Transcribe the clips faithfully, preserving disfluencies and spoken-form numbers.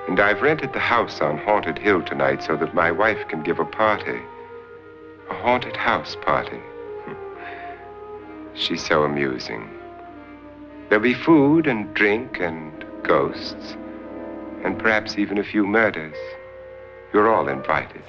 And I've rented the house on Haunted Hill tonight so that my wife can give a party. A haunted house party. She's so amusing. There'll be food and drink and ghosts. And perhaps even a few murders. You're all invited.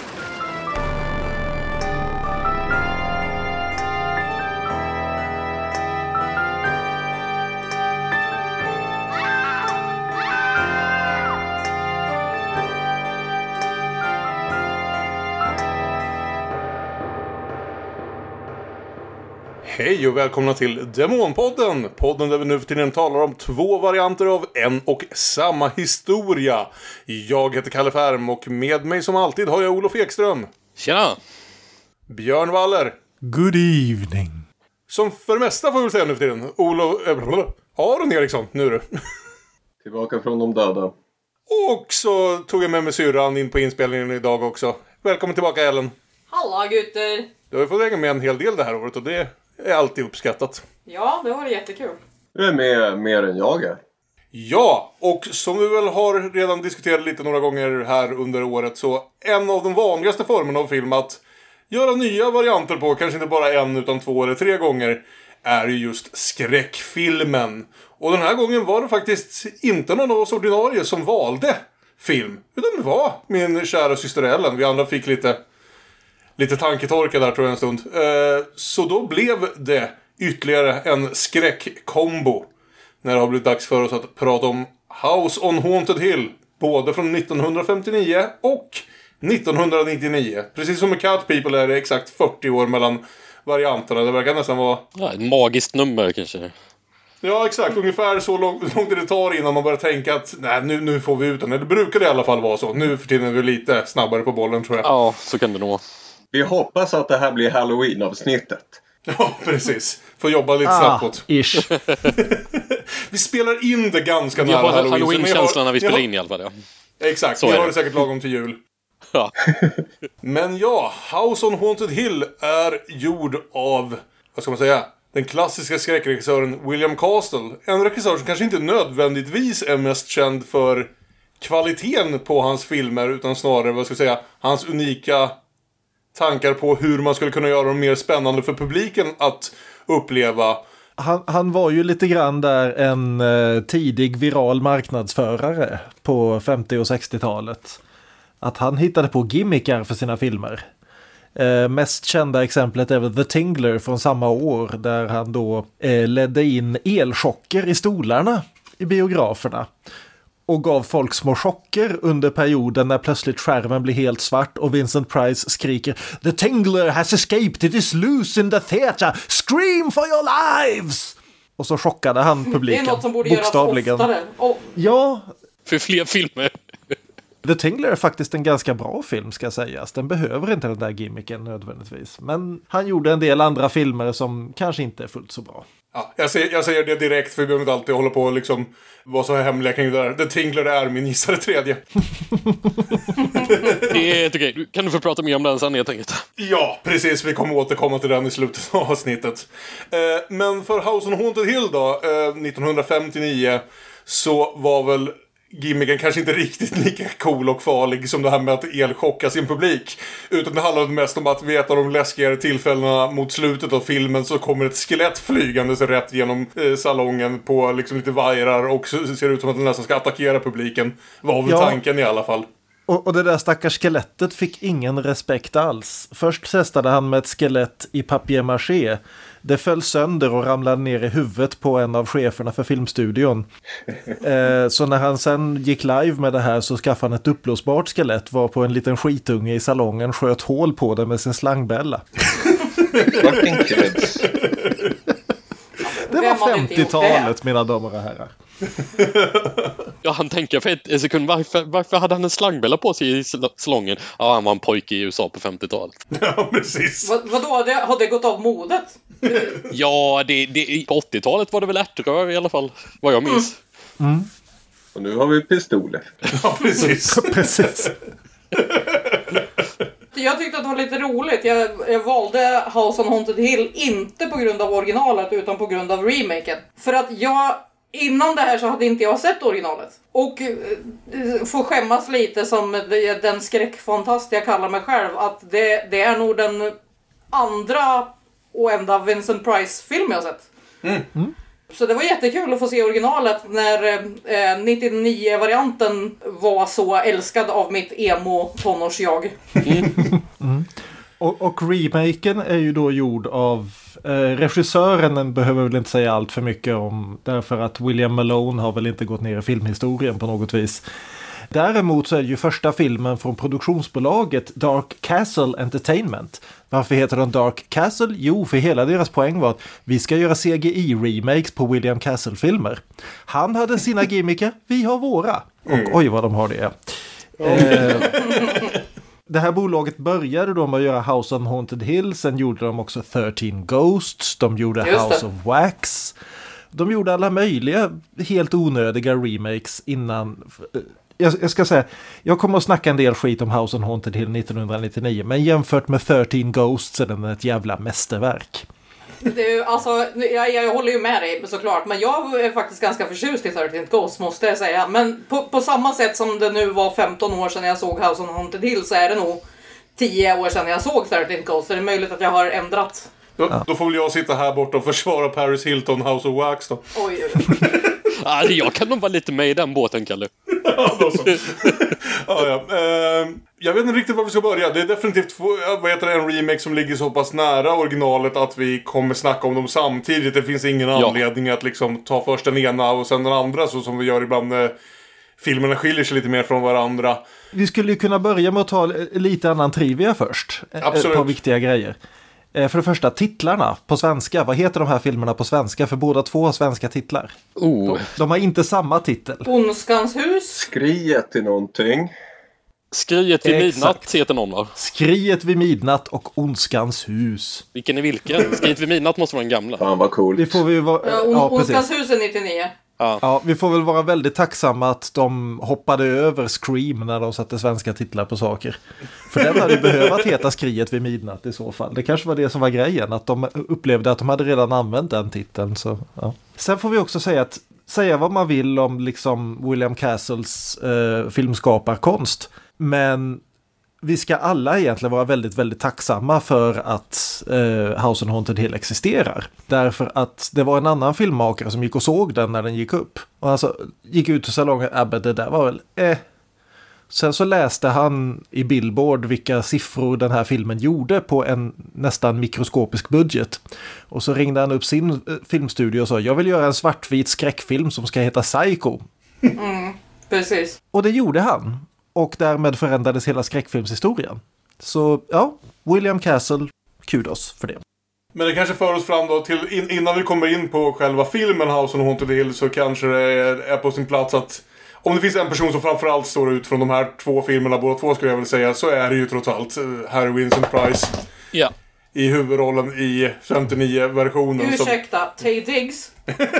Hej och välkomna till Demonpodden, podden där vi nu för tiden talar om två varianter av en och samma historia. Jag heter Kalle Färm och med mig som alltid har jag Olof Ekström. Tjena! Björn Waller. Good evening. Som för det mesta får vi säga nu för tiden, Olof... Äh, Aron Eriksson, nu är du. Tillbaka från de döda. Och så tog jag med mig syrran in på inspelningen idag också. Välkommen tillbaka, Ellen. Hallå gutter! Du har ju fått hänga med en hel del det här året och det är alltid uppskattat. Ja, det var jättekul. Du är med mer än jag är. Ja, och som vi väl har redan diskuterat lite några gånger här under året, så en av de vanligaste formerna av film att göra nya varianter på, kanske inte bara en utan två eller tre gånger, är ju just skräckfilmen. Och den här gången var det faktiskt inte någon av oss ordinarie som valde film, utan det var min kära syster Ellen. Vi andra fick lite... Lite tanketorka där tror jag en stund. Eh, så då blev det ytterligare en skräckkombo. När det har blivit dags för oss att prata om House on Haunted Hill. Både från nittonhundrafemtionio och nittonhundranittionio. Precis som med Cat People är det exakt fyrtio år mellan varianterna. Det verkar nästan vara... Ja, ett magiskt nummer kanske. Ja, exakt. Ungefär så långt, långt det tar innan man börjar tänka att nej, nu, nu får vi ut den. Det brukar det i alla fall vara så. Nu för tiden är vi lite snabbare på bollen tror jag. Ja, så kan det nog. Vi hoppas att det här blir Halloween-avsnittet. Ja, precis. Får jobba lite ah, snabbt på det. Ish. Vi spelar in det ganska nära nära Halloween. Halloween-känslan när vi spelar har... in i alla fall, ja. Exakt, så vi är har det. det säkert lagom till jul. Ja. Men ja, House on Haunted Hill är gjord av, vad ska man säga, den klassiska skräckregissören William Castle. En regissör som kanske inte nödvändigtvis är mest känd för kvaliteten på hans filmer, utan snarare, vad ska jag säga, hans unika tankar på hur man skulle kunna göra dem mer spännande för publiken att uppleva. Han, han var ju lite grann där en eh, tidig viral marknadsförare på femtio- och sextiotalet. Att han hittade på gimmickar för sina filmer. Eh, mest kända exemplet är väl The Tingler från samma år, där han då eh, ledde in elchocker i stolarna i biograferna. Och gav folk små chocker under perioden när plötsligt skärmen blir helt svart och Vincent Price skriker "The Tingler has escaped, it is loose in the theater, scream for your lives!" Och så chockade han publiken. Det är något som borde göras oftare. Oh. Ja. För fler filmer. The Tingler är faktiskt en ganska bra film ska sägas. Den behöver inte den där gimmicken nödvändigtvis. Men han gjorde en del andra filmer som kanske inte är fullt så bra. Ja, jag, säger, jag säger det direkt för vi behöver inte alltid hålla på och liksom vara så hemliga kring det där. The Tingler är min gissade tredje. Det är okej. Kan du få prata mer om den sen helt enkelt? Ja, precis. Vi kommer återkomma till den i slutet av avsnittet. Eh, men för House on Haunted Hill då, eh, nittonhundrafemtionio, så var väl gimmicken kanske inte riktigt lika cool och farlig som det här med att elchocka sin publik. Utan det handlade mest om att vid ett av de läskigare tillfällena mot slutet av filmen så kommer ett skelett flygande sig rätt genom eh, salongen på liksom lite vajrar och så ser det ut som att den nästan ska attackera publiken. Var väl ja. tanken i alla fall. Och, och det där stackars skelettet fick ingen respekt alls. Först testade han med ett skelett i papier-maché. Det föll sönder och ramlade ner i huvudet på en av cheferna för filmstudion. Eh, så när han sen gick live med det här så skaffade han ett uppblåsbart skelett, var på en liten skitunge i salongen sköt hål på det med sin slangbälla. Det var femtiotalet, mina damer och herrar. Ja, han tänker för ett sekund, varför, varför hade han en slangbälla på sig i salongen? Ja, han var en pojke i U S A på femtiotalet. Ja, precis. Vad, vadå, har det, har det gått av modet? Ja, det, det, på åttiotalet var det väl ärtrör i alla fall, vad jag minns. Mm. Mm. Och nu har vi pistoler. Ja, precis. Precis. Jag tyckte att det var lite roligt. Jag, jag valde House on Haunted Hill inte på grund av originalet utan på grund av remaken. För att jag innan det här så hade inte jag sett originalet. Och eh, får skämmas lite som den skräckfantast jag kallar mig själv. Att det, det är nog den andra och enda Vincent Price-film jag sett. Mm. Mm. Så det var jättekul att få se originalet när eh, nittionio-varianten var så älskad av mitt emo-tonårs-jag. Mm. Mm. Och, och remaken är ju då gjord av eh, regissören, den behöver väl inte säga allt för mycket om, därför att William Malone har väl inte gått ner i filmhistorien på något vis. Däremot så är det ju första filmen från produktionsbolaget Dark Castle Entertainment. Varför heter den Dark Castle? Jo, för hela deras poäng var att vi ska göra C G I-remakes på William Castle-filmer. Han hade sina gimmickar, vi har våra. Och oj vad de har det. Eh, det här bolaget började då med att göra House on Haunted Hill. Sen gjorde de också thirteen Ghosts. De gjorde House of Wax. De gjorde alla möjliga helt onödiga remakes innan... Jag, jag ska säga, jag kommer att snacka en del skit om House on Haunted Hill nittonhundranittionio, men jämfört med thirteen Ghosts är den ett jävla mästerverk. Det är ju, alltså, jag, jag håller ju med dig såklart, men jag är faktiskt ganska förtjust i thirteen Ghosts måste jag säga. Men på, på samma sätt som det nu var femton år sedan jag såg House on Haunted Hill så är det nog tio år sedan jag såg thirteen Ghosts. Det är möjligt att jag har ändrat. Då, Ja. då får väl jag sitta här borta och försvara Paris Hilton House of Wax då. Oj, oj. Alltså, jag kan nog vara lite med i den båten, Kalle. Ja, då så. ja, ja. Eh, jag vet inte riktigt var vi ska börja. Det är definitivt två, vad heter det, en remake som ligger så pass nära originalet att vi kommer snacka om dem samtidigt. Det finns ingen Ja. anledning att liksom ta först den ena och sen den andra så som vi gör ibland när filmerna skiljer sig lite mer från varandra. Vi skulle ju kunna börja med att ta lite annan trivia först. Absolut. Ett par viktiga grejer. För det första, titlarna på svenska. Vad heter de här filmerna på svenska? För båda två har svenska titlar. Oh. De, de har inte samma titel. Ondskans hus. Skriet till någonting. Skriet vid Exakt. midnatt heter någon, va? Skriet vid midnatt och Ondskans hus. Vilken är vilken? Skriet vid midnatt måste vara den gamla. Fan vad coolt. Vi får, vi vara, Ja, on, ja, Ondskans precis. hus är nittionio. Ja, vi får väl vara väldigt tacksamma att de hoppade över Scream när de satte svenska titlar på saker. För den hade ju behövt heta Skriet vid midnatt i så fall. Det kanske var det som var grejen, att de upplevde att de hade redan använt den titeln. Så, ja. Sen får vi också säga att säga vad man vill om liksom William Castles eh, filmskaparkonst. Men vi ska alla egentligen vara väldigt, väldigt tacksamma för att eh, House on Haunted Hill existerar. Därför att det var en annan filmmakare som gick och såg den när den gick upp. Och alltså gick ut i salongen, äh, det där var väl eh. Sen så läste han i Billboard vilka siffror den här filmen gjorde på en nästan mikroskopisk budget. Och så ringde han upp sin eh, filmstudio och sa, jag vill göra en svartvit skräckfilm som ska heta Psycho. Mm, precis. Och det gjorde han. Och därmed förändrades hela skräckfilmshistorien. Så ja, William Castle, kudos för det. Men det kanske för oss fram då till in, innan vi kommer in på själva filmen House on Haunted Hill så kanske det är, är på sin plats att om det finns en person som framförallt står ut från de här två filmerna, båda två skulle jag väl säga, så är det ju trots allt Harry Vincent Price Ja. i huvudrollen i femtionio-versionen. Ursäkta, Taye Diggs.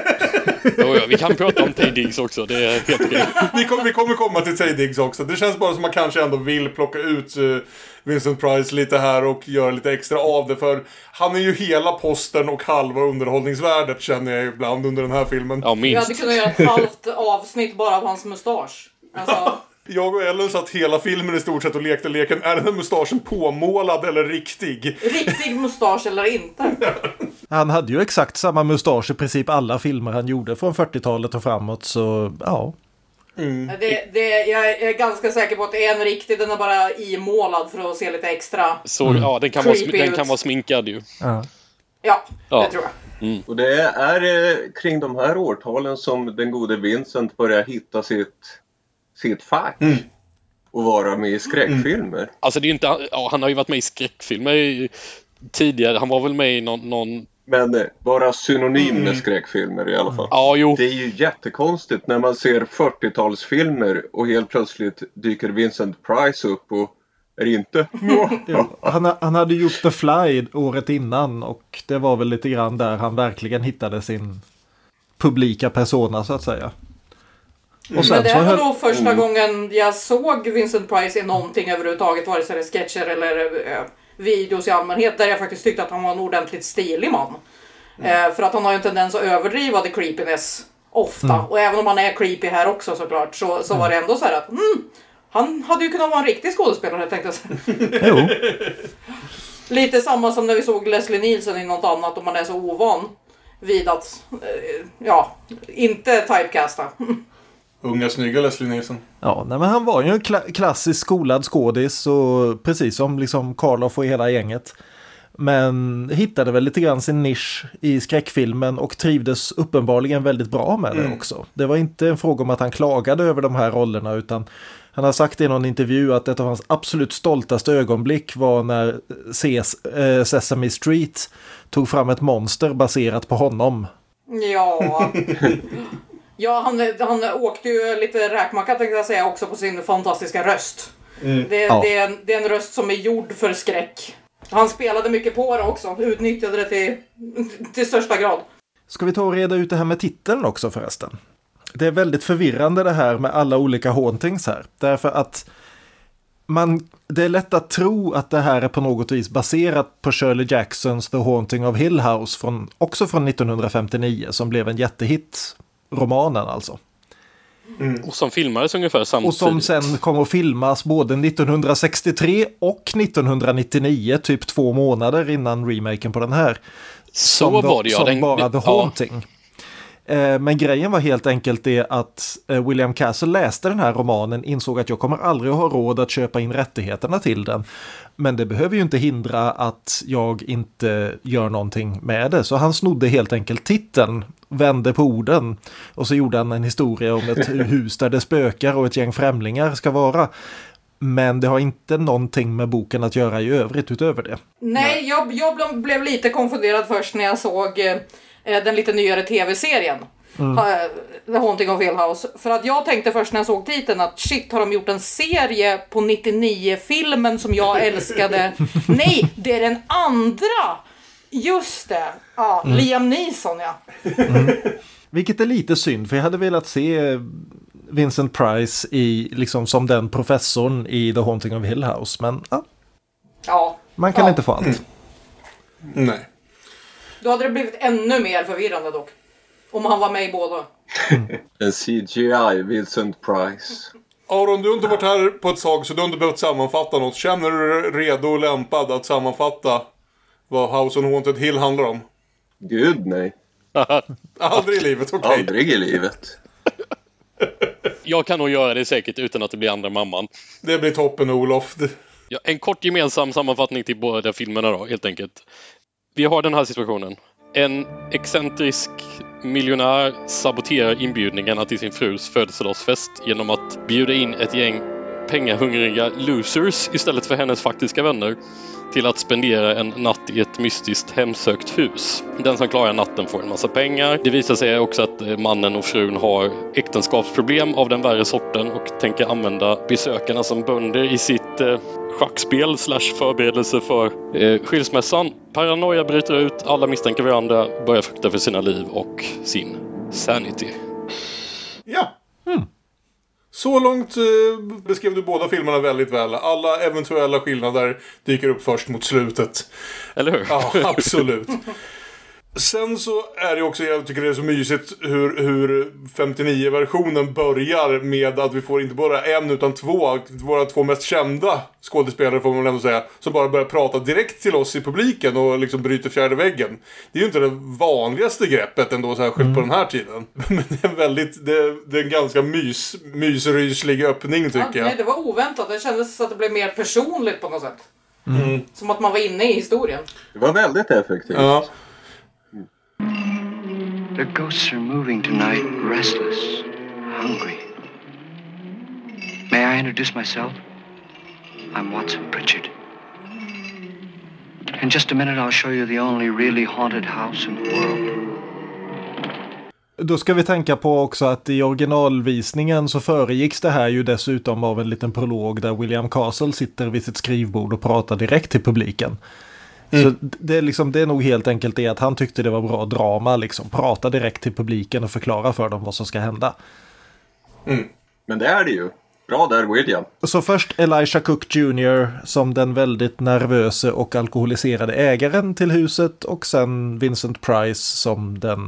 Jo, ja, vi kan prata om Taye Diggs också, det är helt okej. vi, kom, vi kommer komma till Taye Diggs också. Det känns bara som man kanske ändå vill plocka ut uh, Vincent Price lite här och göra lite extra av det. För han är ju hela posten och halva underhållningsvärdet känner jag ibland under den här filmen. Ja, Vi minst. hade kunnat göra ett halvt avsnitt bara av hans mustasch. Alltså, Jag och Ellen satt hela filmen i stort sett och lekte leken. Är den här mustaschen påmålad eller riktig? riktig mustasch eller inte. Han hade ju exakt samma mustasch i princip alla filmer han gjorde från fyrtiotalet och framåt. Så ja. Mm. Det, det, jag är ganska säker på att det är en riktig. Den är bara imålad för att se lite extra. Så, ja, den kan, vara, Creepy den ut. kan vara sminkad ju. ja. Ja, Ja. det tror jag. Och det är eh, kring de här årtalen som den gode Vincent börjar hitta sitt, sitt fack. Mm. Och vara med i skräckfilmer. Alltså det är ju inte, ja, han har ju varit med i skräckfilmer i- tidigare. Han var väl med i någon, någon... Men eh, vara synonym Mm. med skräckfilmer i alla fall. Ja, jo. Det är ju jättekonstigt när man ser fyrtiotalsfilmer och helt plötsligt dyker Vincent Price upp och är inte. Jo, han, han hade gjort The Fly året innan och det var väl lite grann där han verkligen hittade sin publika persona så att säga. Och sen Men det så här var höll, nog första gången jag såg Vincent Price i någonting överhuvudtaget. Vare sig det är sketcher eller eh, videos i allmänhet. Där jag faktiskt tyckte att han var en ordentligt stilig man. Eh, för att han har ju en tendens att överdriva the creepiness ofta. Mm. Och även om han är creepy här också såklart, så, så var det ändå så här att mm, han hade ju kunnat vara en riktig skådespelare, tänkte jag säga. Jo. Lite samma som när vi såg Leslie Nielsen i något annat, om man är så ovan vid att, eh, ja, inte typecasta. Unga snygga Leslie Nielsen. Ja, nej, men han var ju en kla- klassisk skolad skådis, och precis som liksom Karloff och hela gänget. Men hittade väl lite grann sin nisch i skräckfilmen och trivdes uppenbarligen väldigt bra med det mm. också. Det var inte en fråga om att han klagade över de här rollerna, utan han har sagt i någon intervju att ett av hans absolut stoltaste ögonblick var när Ses- äh, Sesame Street tog fram ett monster baserat på honom. Ja... Ja, han, han åkte ju lite räkmacka, tänkte jag säga, också på sin fantastiska röst. Mm. Det, ja. det, är en, det är en röst som är gjord för skräck. Han spelade mycket på det också, utnyttjade det till, till största grad. Ska vi ta och reda ut det här med titeln också förresten? Det är väldigt förvirrande det här med alla olika hauntings här. Därför att man, det är lätt att tro att det här är på något vis baserat på Shirley Jacksons The Haunting of Hill House, från, också från nittonhundrafemtionio, som blev en jättehit. Romanen alltså. Mm. Och som filmades ungefär samtidigt. Och som sen kommer att filmas både nittonhundrasextiotre och nittonhundranittionio, typ två månader innan remaken på den här. Så som var det, ja. Som den, bara The Haunting. Ja. Eh, men grejen var helt enkelt det att eh, William Castle läste den här romanen, insåg att jag kommer aldrig att ha råd att köpa in rättigheterna till den. Men det behöver ju inte hindra att jag inte gör någonting med det. Så han snodde helt enkelt titeln, vände på orden, och så gjorde han en historia om ett hus där det spökar och ett gäng främlingar ska vara. Men det har inte någonting med boken att göra i övrigt utöver det. Nej, jag, jag blev lite konfunderad först när jag såg eh, den lite nyare tv-serien. Mm. The Haunting of Hill House. För att jag tänkte först när jag såg titeln att shit, har de gjort en serie på nittionio-filmen som jag älskade? Nej, det är den andra! Just det. Ja, mm. Liam Neeson, ja. Mm. Vilket är lite synd, för jag hade velat se Vincent Price i, liksom, som den professorn i The Haunting of Hill House. Men ja, ja. man kan ja. inte få allt. Mm. Nej. Då hade det blivit ännu mer förvirrande dock. Om han var med i båda. En C G I Vincent Price. Aron, du har inte varit här på ett tag, så du har inte behövt sammanfatta något. Känner du dig redo och lämpad att sammanfatta vad House on Haunted Hill handlar om? Gud, nej. Aldrig i livet, okej. Okay. Aldrig i livet. Jag kan nog göra det säkert utan att det blir andra mamman. Det blir toppen, Olof. Ja, en kort gemensam sammanfattning till båda filmerna då, helt enkelt. Vi har den här situationen. En excentrisk miljonär saboterar inbjudningarna till sin frus födelsedagsfest genom att bjuda in ett gäng pengahungriga losers istället för hennes faktiska vänner till att spendera en natt i ett mystiskt hemsökt hus. Den som klarar natten får en massa pengar. Det visar sig också att mannen och frun har äktenskapsproblem av den värre sorten och tänker använda besökarna som bönder i sitt eh, schackspel slash förberedelse för eh, skilsmässan. Paranoia bryter ut, alla misstänker varandra, börjar frukta för sina liv och sin sanity. Ja. Mm. Så långt eh, beskrev du båda filmerna väldigt väl. Alla eventuella skillnader dyker upp först mot slutet. Eller hur? Ja, absolut. Sen så är det också, jag tycker det är så mysigt hur, hur femtionio-versionen börjar med att vi får inte bara en utan två, våra två mest kända skådespelare får man ändå säga, som bara börjar prata direkt till oss i publiken och liksom bryter fjärde väggen. Det är ju inte det vanligaste greppet ändå särskilt mm. på den här tiden. Men det är, väldigt, det är, det är en ganska mys, mysryslig öppning tycker ja, jag. Nej, det var oväntat. Det kändes så att det blev mer personligt på något sätt. Mm. Som att man var inne i historien. Det var väldigt effektivt. Ja. The ghosts are moving tonight, restless, hungry. May I introduce myself? I'm Watson Pritchard. In just a minute I'll show you the only really haunted house in the world. Då ska vi tänka på också att i originalvisningen så föregicks det här ju dessutom av en liten prolog där William Castle sitter vid sitt skrivbord och pratar direkt till publiken. Mm. Så det är, liksom, det är nog helt enkelt det att han tyckte det var bra drama, liksom. Prata direkt till publiken och förklara för dem vad som ska hända. Mm. Men det är det ju. Bra där, William. Så först Elisha Cook junior som den väldigt nervöse och alkoholiserade ägaren till huset, och sen Vincent Price som den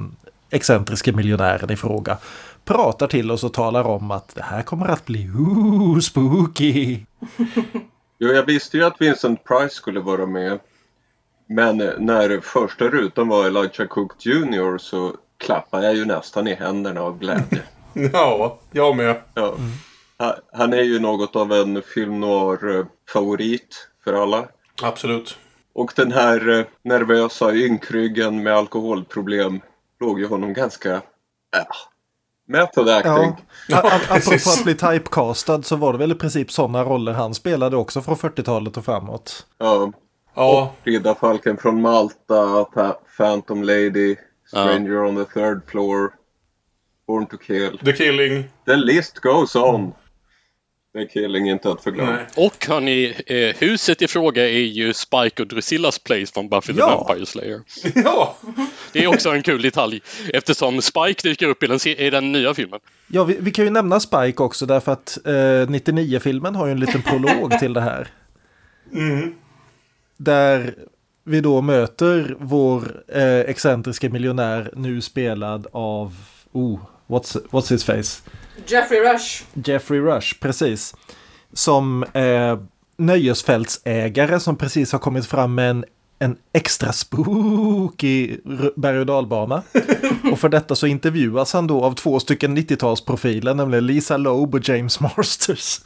excentriska miljonären i fråga, pratar till oss och talar om att det här kommer att bli ooh, spooky. Jo, jag visste ju att Vincent Price skulle vara med. Men när första rutan var Elijah Cook junior så klappade jag ju nästan i händerna av glädje. Ja, jag med. Ja. Mm. Han är ju något av en film noir-favorit för alla. Absolut. Och den här nervösa ynkryggen med alkoholproblem låg ju honom ganska... Äh, method acting. Ja. Apropå att bli typecastad så var det väl i princip sådana roller han spelade också från fyrtiotalet och framåt. Ja. Ja. Riddarfalken från Malta, Phantom Lady, Stranger ja. on the third floor, Born to kill. The Killing. The list goes on. The Killing inte att förglömma. Och hörni, eh, huset i fråga är ju Spike och Drusillas place från Buffy ja. the Vampire Slayer. Ja! Det är också en kul detalj eftersom Spike dyker upp i den, i den nya filmen. Ja, vi, vi kan ju nämna Spike också därför att eh, nittionio-filmen har ju en liten prolog till det här. Mm. Där vi då möter vår eh, excentriska miljonär nu spelad av oh, what's, what's his face? Jeffrey Rush. Jeffrey Rush, precis. Som eh, nöjesfältsägare som precis har kommit fram med en, en extra spooky berg- och dalbana. Och för detta så intervjuas han då av två stycken nittiotalsprofiler, nämligen Lisa Loeb och James Marsters.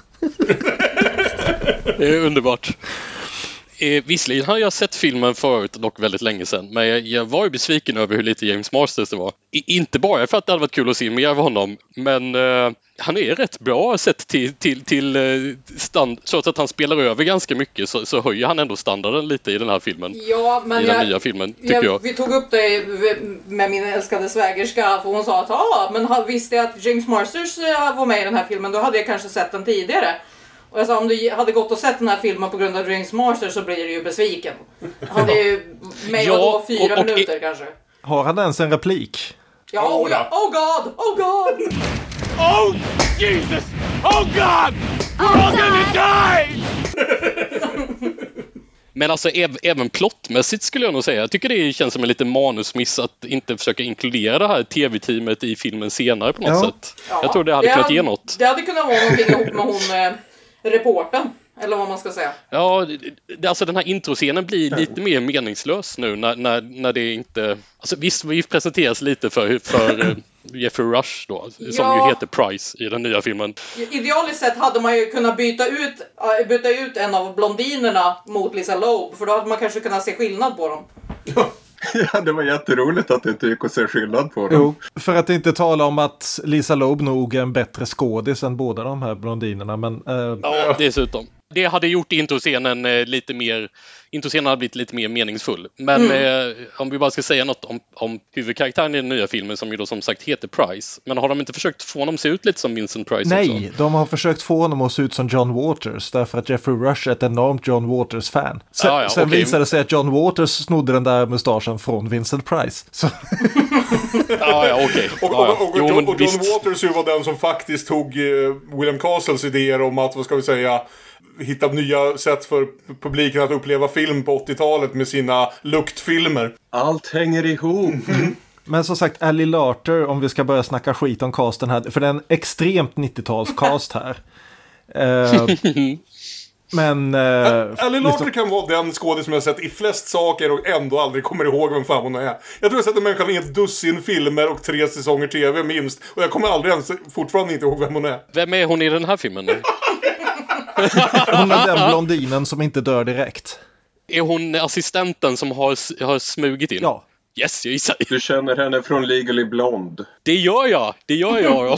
Det är underbart. Eh, visserligen har jag sett filmen förut, dock väldigt länge sedan, men jag, jag var ju besviken över hur lite James Marsters det var. I, inte bara för att det hade varit kul att se mer av honom, men eh, han är rätt bra sett till, till, till eh, stand, så att han spelar över ganska mycket så, så höjer han ändå standarden lite i den här filmen. Ja, men I den jag, nya filmen, tycker jag, jag. Vi tog upp det med min älskade svägerska, för hon sa att ja, men visste jag att James Marsters var med i den här filmen, då hade jag kanske sett den tidigare. Och jag sa, om du hade gått och sett den här filmen på grund av James Marsters så blir du ju besviken. Han är ju med ja, då fyra och, och, minuter kanske. Har han ens en replik? Ja, oh, ja. Oh God! Oh God! Oh Jesus! Oh God! We're all gonna die! Men alltså äv- även plottmässigt skulle jag nog säga. Jag tycker det känns som en liten manusmiss att inte försöka inkludera det här tv-teamet i filmen senare på något ja. sätt. Ja, jag tror det hade det kunnat ge något. Det hade kunnat vara någonting ihop med hon eh, reporten. Eller vad man ska säga. Ja, det, alltså den här introscenen blir lite mer meningslös nu när, när, när det inte... Alltså visst, vi presenteras lite för, för Jeffrey Rush då, som ja. ju heter Price i den nya filmen. Idealiskt sett hade man ju kunnat byta ut, äh, byta ut en av blondinerna mot Lisa Loeb, för då hade man kanske kunnat se skillnad på dem. Ja, det var jätteroligt att det inte gick att se skillnad på dem. Jo, för att inte tala om att Lisa Loeb nog är en bättre skådis än båda de här blondinerna, men... Äh... Ja, dessutom. Det hade gjort introscenen eh, lite mer... Introscenen hade blivit lite mer meningsfull. Men mm. eh, om vi bara ska säga något om, om huvudkaraktären i den nya filmen som ju då som sagt heter Price. Men har de inte försökt få honom att se ut lite som Vincent Price? Nej, också? de har försökt få honom att se ut som John Waters. Därför att Jeffrey Rush är ett enormt John Waters-fan. Sen, ah, ja, sen okay. visade det sig att John Waters snodde den där mustaschen från Vincent Price. Så. ah, ja, okay. Och, ah, ja. och, och, jo, John, och John visst. Waters ju var den som faktiskt tog eh, William Castles idéer om att, vad ska vi säga... hitta nya sätt för publiken att uppleva film på åttiotalet med sina luktfilmer. Allt hänger ihop. Men som sagt, Ally Larter, om vi ska börja snacka skit om casten här, för det är en extremt nittiotalscast här. uh, men... Uh, Ally Larter kan vara den skådis som jag har sett i flest saker och ändå aldrig kommer ihåg vem fan hon är. Jag tror jag har sett en människa i ett dussin filmer och tre säsonger tv minst. Och jag kommer aldrig ens fortfarande inte ihåg vem hon är. Vem är hon i den här filmen nu? Hon är den blondinen som inte dör direkt. Är hon assistenten som har, har smugit in? Ja. Yes, jag gissar. Du känner henne från Legally Blonde. Det gör jag, det gör jag.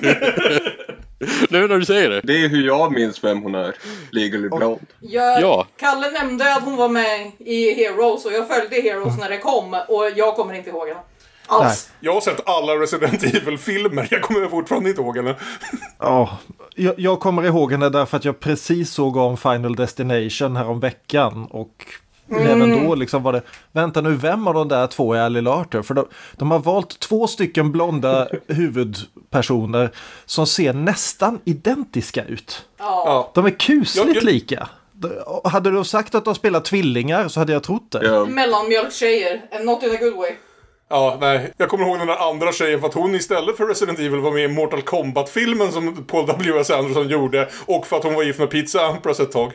Nu när du säger det. Det är hur jag minns vem hon är. Legally Blonde. Jag, ja. Kalle nämnde att hon var med i Heroes och jag följde Heroes när det kom och jag kommer inte ihåg henne. Alls. Jag har sett alla Resident Evil-filmer. Jag kommer fortfarande inte ihåg henne. Ja, jag, jag kommer ihåg henne därför att jag precis såg om Final Destination här om veckan. Och mm. även då liksom var det, vänta nu, vem av de där två är Ally Larter? För de, de har valt två stycken blonda huvudpersoner som ser nästan identiska ut. Ja. De är kusligt jag, jag... lika. Hade du sagt att de spelar tvillingar så hade jag trott det. Ja. Mellanmjölktjejer, and not in a good way. Ja, nej. Jag kommer ihåg den där andra tjejen för att hon istället för Resident Evil var med i Mortal Kombat-filmen som Paul W S Anderson gjorde och för att hon var gift med Pizza Empress ett tag.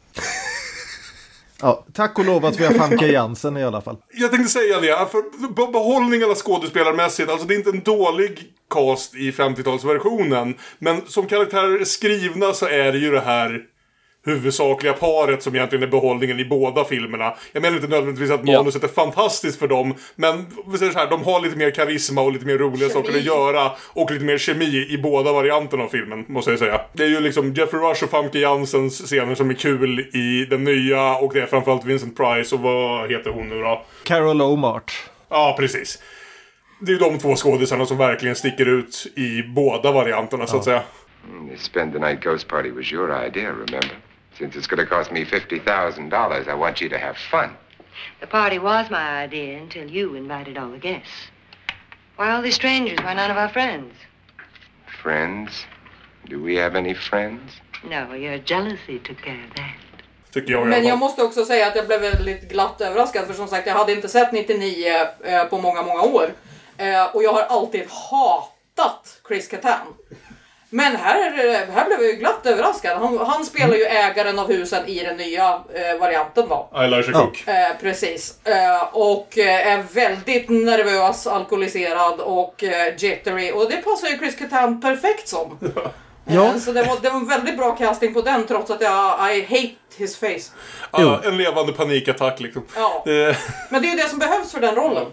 Ja, tack och lov att vi har Famke Jansen i alla fall. Jag tänkte säga det, för behållningarna skådespelarmässigt, alltså det är inte en dålig cast i femtiotalsversionen, men som karaktärer skrivna så är det ju det här huvudsakliga paret som egentligen är behållningen i båda filmerna. Jag menar inte nödvändigtvis att manuset ja. är fantastiskt för dem, men vi säger så här, de har lite mer karisma och lite mer roliga kemi. saker att göra och lite mer kemi i båda varianterna av filmen, måste jag säga. Det är ju liksom Jeffrey Rush och Famke Jansens scener som är kul i den nya, och det är framförallt Vincent Price och vad heter hon nu då? Carol O'Mart. Ja, precis. Det är ju de två skådisarna som verkligen sticker ut i båda varianterna, ja. så att säga. The Spend the Night Ghost Party was your idea, remember? Since it's going to cost me fifty thousand dollars, I want you to have fun. The party was my idea until you invited all the guests. Why all these strangers? Why none of our friends? Friends? Do we have any friends? No, your jealousy took care of that. Tycker jag. Men jag måste också säga att jag blev väldigt glatt överraskad. För som sagt, jag hade inte sett nittionio eh, på många, många år. Eh, och jag har alltid hatat Chris Kattan. Men här, här blev jag ju glatt överraskad. Han, han spelar ju ägaren av husen i den nya eh, varianten då. Elijah Cook. Eh, precis. Eh, och eh, är väldigt nervös, alkoholiserad och eh, jittery. Och det passar ju Chris Kattan perfekt som. Ja. Eh, så det var, det var en väldigt bra casting på den, trots att jag I hate his face. Ja, en levande panikattack liksom. Ja. Men det är ju det som behövs för den rollen.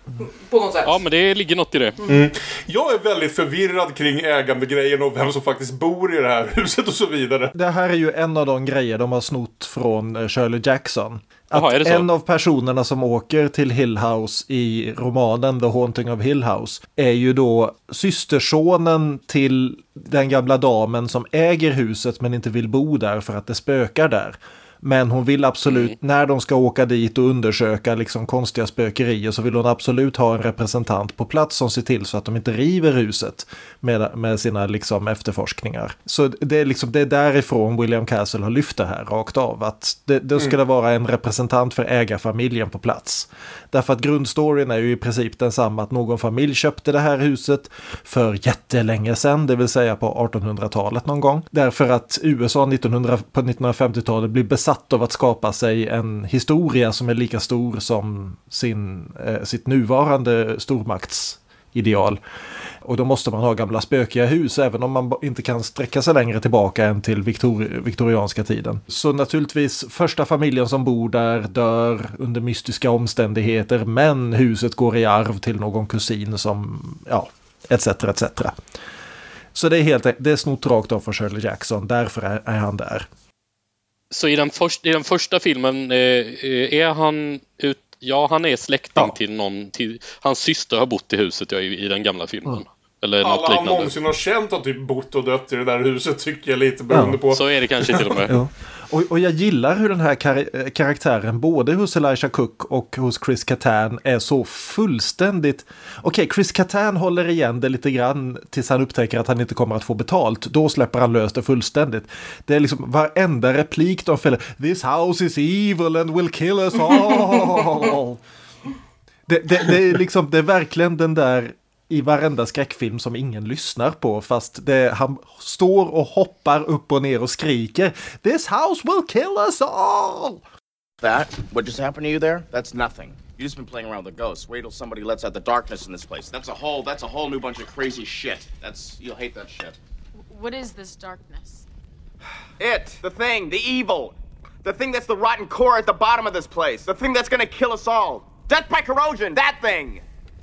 På något sätt. Ja, men det ligger något i det. Mm. Jag är väldigt förvirrad kring ägandegrejen och vem som faktiskt bor i det här huset och så vidare. Det här är ju en av de grejer de har snott från Shirley Jackson. Att Aha, är det så? En av personerna som åker till Hill House i romanen The Haunting of Hill House är ju då systersonen till den gamla damen som äger huset men inte vill bo där för att det spökar där. Men hon vill absolut, mm. när de ska åka dit och undersöka liksom konstiga spökerier, så vill hon absolut ha en representant på plats som ser till så att de inte river huset med, med sina liksom efterforskningar. Så det är, liksom, det är därifrån William Castle har lyft det här rakt av. Att det, det ska mm. vara en representant för ägarfamiljen på plats. Därför att grundstoryn är ju i princip densamma, att någon familj köpte det här huset för jättelänge sedan, det vill säga på artonhundratalet någon gång. Därför att U S A nittonhundra, på nittonhundrafemtiotalet blir besatt av att skapa sig en historia som är lika stor som sin, eh, sitt nuvarande stormaktsideal. Och då måste man ha gamla spökiga hus, även om man inte kan sträcka sig längre tillbaka än till viktor- viktorianska tiden. Så naturligtvis, första familjen som bor där dör under mystiska omständigheter, men huset går i arv till någon kusin som, ja, et cetera et cetera. Så det är helt, det är snott rakt av för Shirley Jackson, därför är, är han där. Så i den, först, i den första filmen eh, är han ut, ja, han är släkting ja. till någon, till, hans syster har bott i huset ja, i, i den gamla filmen. Mm. Eller alla något liknande. Han någonsin har känt att typ bott och dött i det där huset, tycker jag lite beroende ja. på. Så är det kanske till och med. ja. och, och jag gillar hur den här kar- karaktären både hos Elijah Cook och hos Chris Kattan är så fullständigt... Okej, okay, Chris Kattan håller igen det lite grann tills han upptäcker att han inte kommer att få betalt. Då släpper han löst det fullständigt. Det är liksom varenda replik de fäller. This house is evil and will kill us all. det, det, det är liksom, det är verkligen den där i varenda skräckfilm som ingen lyssnar på, fast det, han står och hoppar upp och ner och skriker This house will kill us all! That? What just happened to you there? That's nothing. You've just been playing around with the ghosts. Wait till somebody lets out the darkness in this place. That's a whole, that's a whole new bunch of crazy shit. That's, you'll hate that shit. What is this darkness? It! The thing! The evil! The thing that's the rotten core at the bottom of this place! The thing that's gonna kill us all! Death by corrosion! That thing!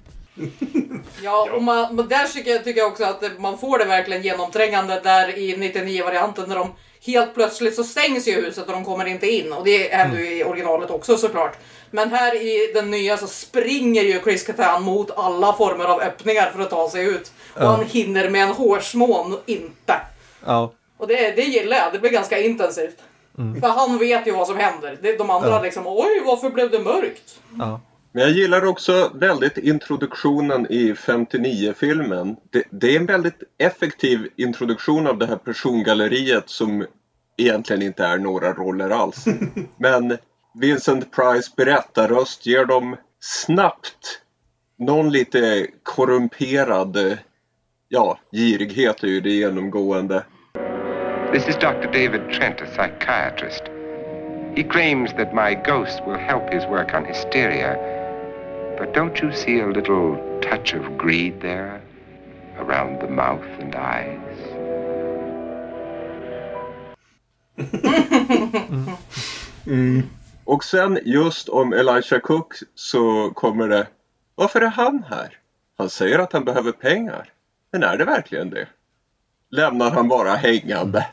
Ja, och man, men där tycker jag, tycker jag också att man får det verkligen genomträngande där i nittionio-varianten när de helt plötsligt så stängs ju huset och de kommer inte in. Och det händer ju i originalet också såklart. Men här i den nya så springer ju Chris Kattan mot alla former av öppningar för att ta sig ut. Och ja. han hinner med en hårsmån inte. Ja. Och det, det gillar jag, det blir ganska intensivt. Mm. För han vet ju vad som händer. De andra ja. liksom, oj varför blev det mörkt? Ja. Men jag gillar också väldigt introduktionen i femtionio-filmen. Det, det är en väldigt effektiv introduktion av det här persongalleriet som egentligen inte är några roller alls. Men Vincent Price berättarröst ger dem snabbt någon lite korrumperad, ja, girighet är ju det genomgående. This is Doctor David Trent, a psychiatrist. He claims that my ghost will help his work on hysteria. But don't you see a little touch of greed there? Around the mouth and eyes? mm. Och sen just om Elijah Cook så kommer det: varför är han här? Han säger att han behöver pengar. Men är det verkligen det? Lämnar han bara hängande.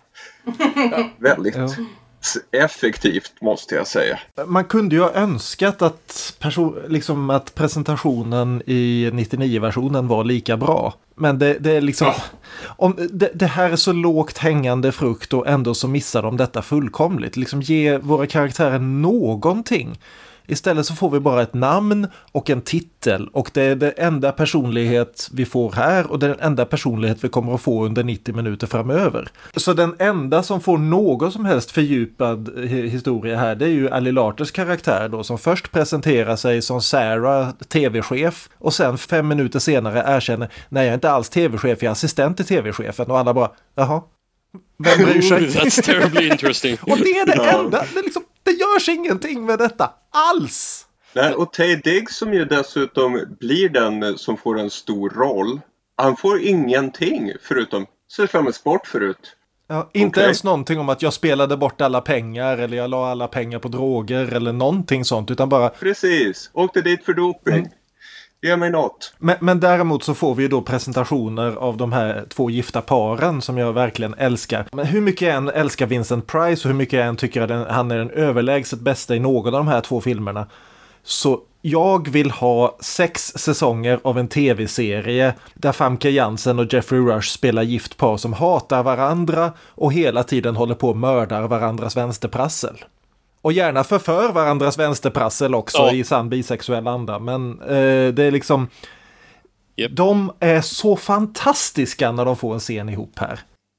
Väldigt ja. effektivt måste jag säga. Man kunde ju ha önskat att, perso- liksom att presentationen i nittionio-versionen var lika bra. Men det, det är liksom... Ja. Om det, det här är så lågt hängande frukt och ändå så missar de detta fullkomligt. Liksom ge våra karaktärer någonting. Istället så får vi bara ett namn och en titel, och det är den enda personlighet vi får här och den enda personlighet vi kommer att få under nittio minuter framöver. Så den enda som får någon som helst fördjupad historia här, det är ju Ali Larters karaktär då, som först presenterar sig som Sarah, tv-chef, och sen fem minuter senare erkänner: nej, jag är inte alls tv-chef, jag är assistent till tv-chefen, och alla bara: jaha, vem bryr sig? That's terribly interesting. Och det är det enda, det är liksom, det görs ingenting med detta alls. Nej, och Taye Diggs som ju dessutom blir den som får en stor roll. Han får ingenting förutom se fram en sport förut. Ja, inte okay. ens någonting om att jag spelade bort alla pengar eller jag la alla pengar på droger eller någonting sånt, utan bara... Precis, åkte dit för doping. Mm. Ge mig något. Men, men däremot så får vi ju då presentationer av de här två gifta paren som jag verkligen älskar. Men hur mycket jag än älskar Vincent Price och hur mycket jag än tycker att den, han är den överlägset bästa i någon av de här två filmerna, så jag vill ha sex säsonger av en tv-serie där Famke Janssen och Jeffrey Rush spelar gift par som hatar varandra och hela tiden håller på och mördar varandras vänsterprassel. Och gärna förför varandras vänsterprassel också ja. i sann bisexuell anda. Men eh, det är liksom... Yep. De är så fantastiska när de får en scen ihop här.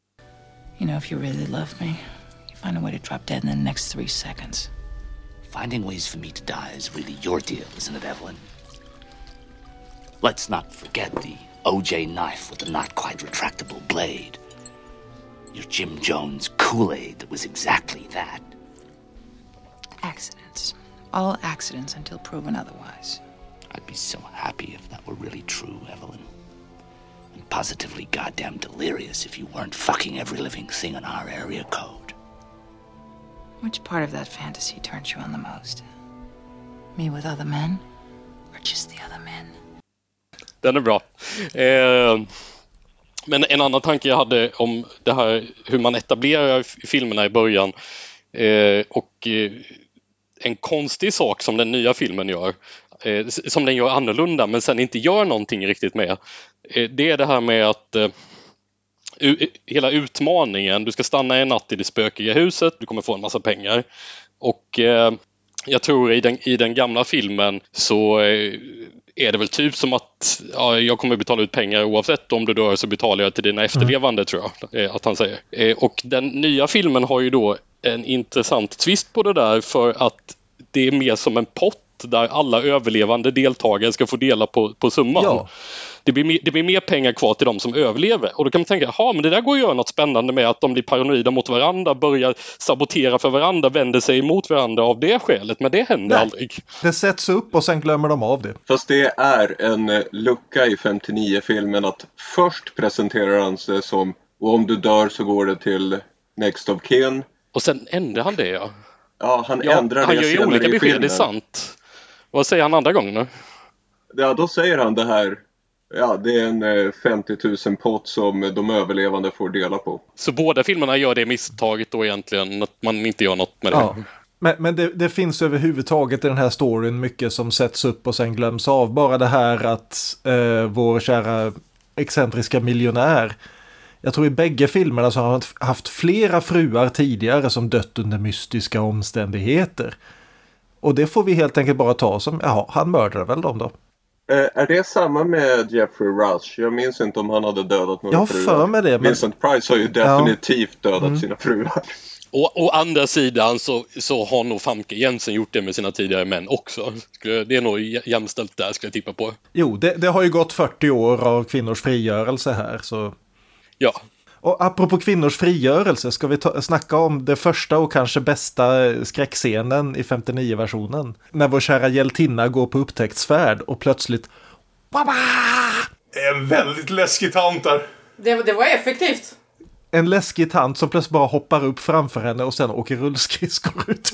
You know, if you really love me, you find a way to drop dead in the next three seconds. Finding ways for me to die is really your deal, isn't it, Evelyn? Let's not forget the O J knife with the not quite retractable blade. Your Jim Jones Kool-Aid that was exactly that. Accidents. All accidents until proven otherwise. I'd be so happy if that were really true, Evelyn. And positively goddamn delirious if you weren't fucking every living thing in our area code. Which part of that fantasy turns you on the most? Me with other men? Or just the other men? Den är bra. Eh, men en annan tanke jag hade om det här, hur man etablerar filmerna i början. Eh, och eh, en konstig sak som den nya filmen gör, eh, som den gör annorlunda men sen inte gör någonting riktigt med, eh, det är det här med att eh, u- hela utmaningen, du ska stanna en natt i det spökiga huset, du kommer få en massa pengar, och eh, jag tror i den, i den gamla filmen så eh, är det väl typ som att ja, jag kommer betala ut pengar oavsett om du dör, så betalar jag till dina efterlevande, mm. tror jag eh, att han säger. Eh, och den nya filmen har ju då en intressant twist på det där, för att det är mer som en pott där alla överlevande deltagare ska få dela på, på summan. Ja. Det blir, mer, det blir mer pengar kvar till de som överlever. Och då kan man tänka, ja men det där går att göra något spännande med, att de blir paranoida mot varandra, börjar sabotera för varandra, vänder sig emot varandra av det skälet. Men det händer Nej. aldrig. Det sätts upp och sen glömmer de av det. Fast det är en lucka i femtionio-filmen att först presenterar han sig som, och om du dör så går det till next of kin. Och sen ändrar han det, ja. Ja, han ja, ändrar han det gör ju senare olika i besked, filmen. det är sant. Vad säger han andra gången då? Ja, då säger han det här. Ja, det är en femtio tusen pott som de överlevande får dela på. Så båda filmerna gör det misstaget då egentligen, att man inte gör något med det? Ja. Men, men det, det finns överhuvudtaget i den här storyn mycket som sätts upp och sen glöms av. Bara det här att eh, vår kära excentriska miljonär, jag tror i bägge filmerna så har han haft flera fruar tidigare som dött under mystiska omständigheter. Och det får vi helt enkelt bara ta som, jaha, han mördade väl dem då. Eh, är det samma med Jeffrey Rush? Jag minns inte om han hade dödat några jag fruar. Jag för med det. Men... Vincent Price har ju definitivt ja. dödat mm. sina fruar. Och å andra sidan så, så har nog Famke Jensen gjort det med sina tidigare män också. Det är nog jämställt där, ska jag tippa på. Jo, det, det har ju gått fyrtio år av kvinnors frigörelse här. Så... Ja. Och apropå kvinnors frigörelse, ska vi ta, snacka om det första och kanske bästa skräckscenen i femtionio-versionen. När vår kära hjältinna går på upptäcktsfärd och plötsligt... Baba! En väldigt läskig tant där. Det, det var effektivt. En läskig tant som plötsligt bara hoppar upp framför henne och sen åker rullskridskor ut.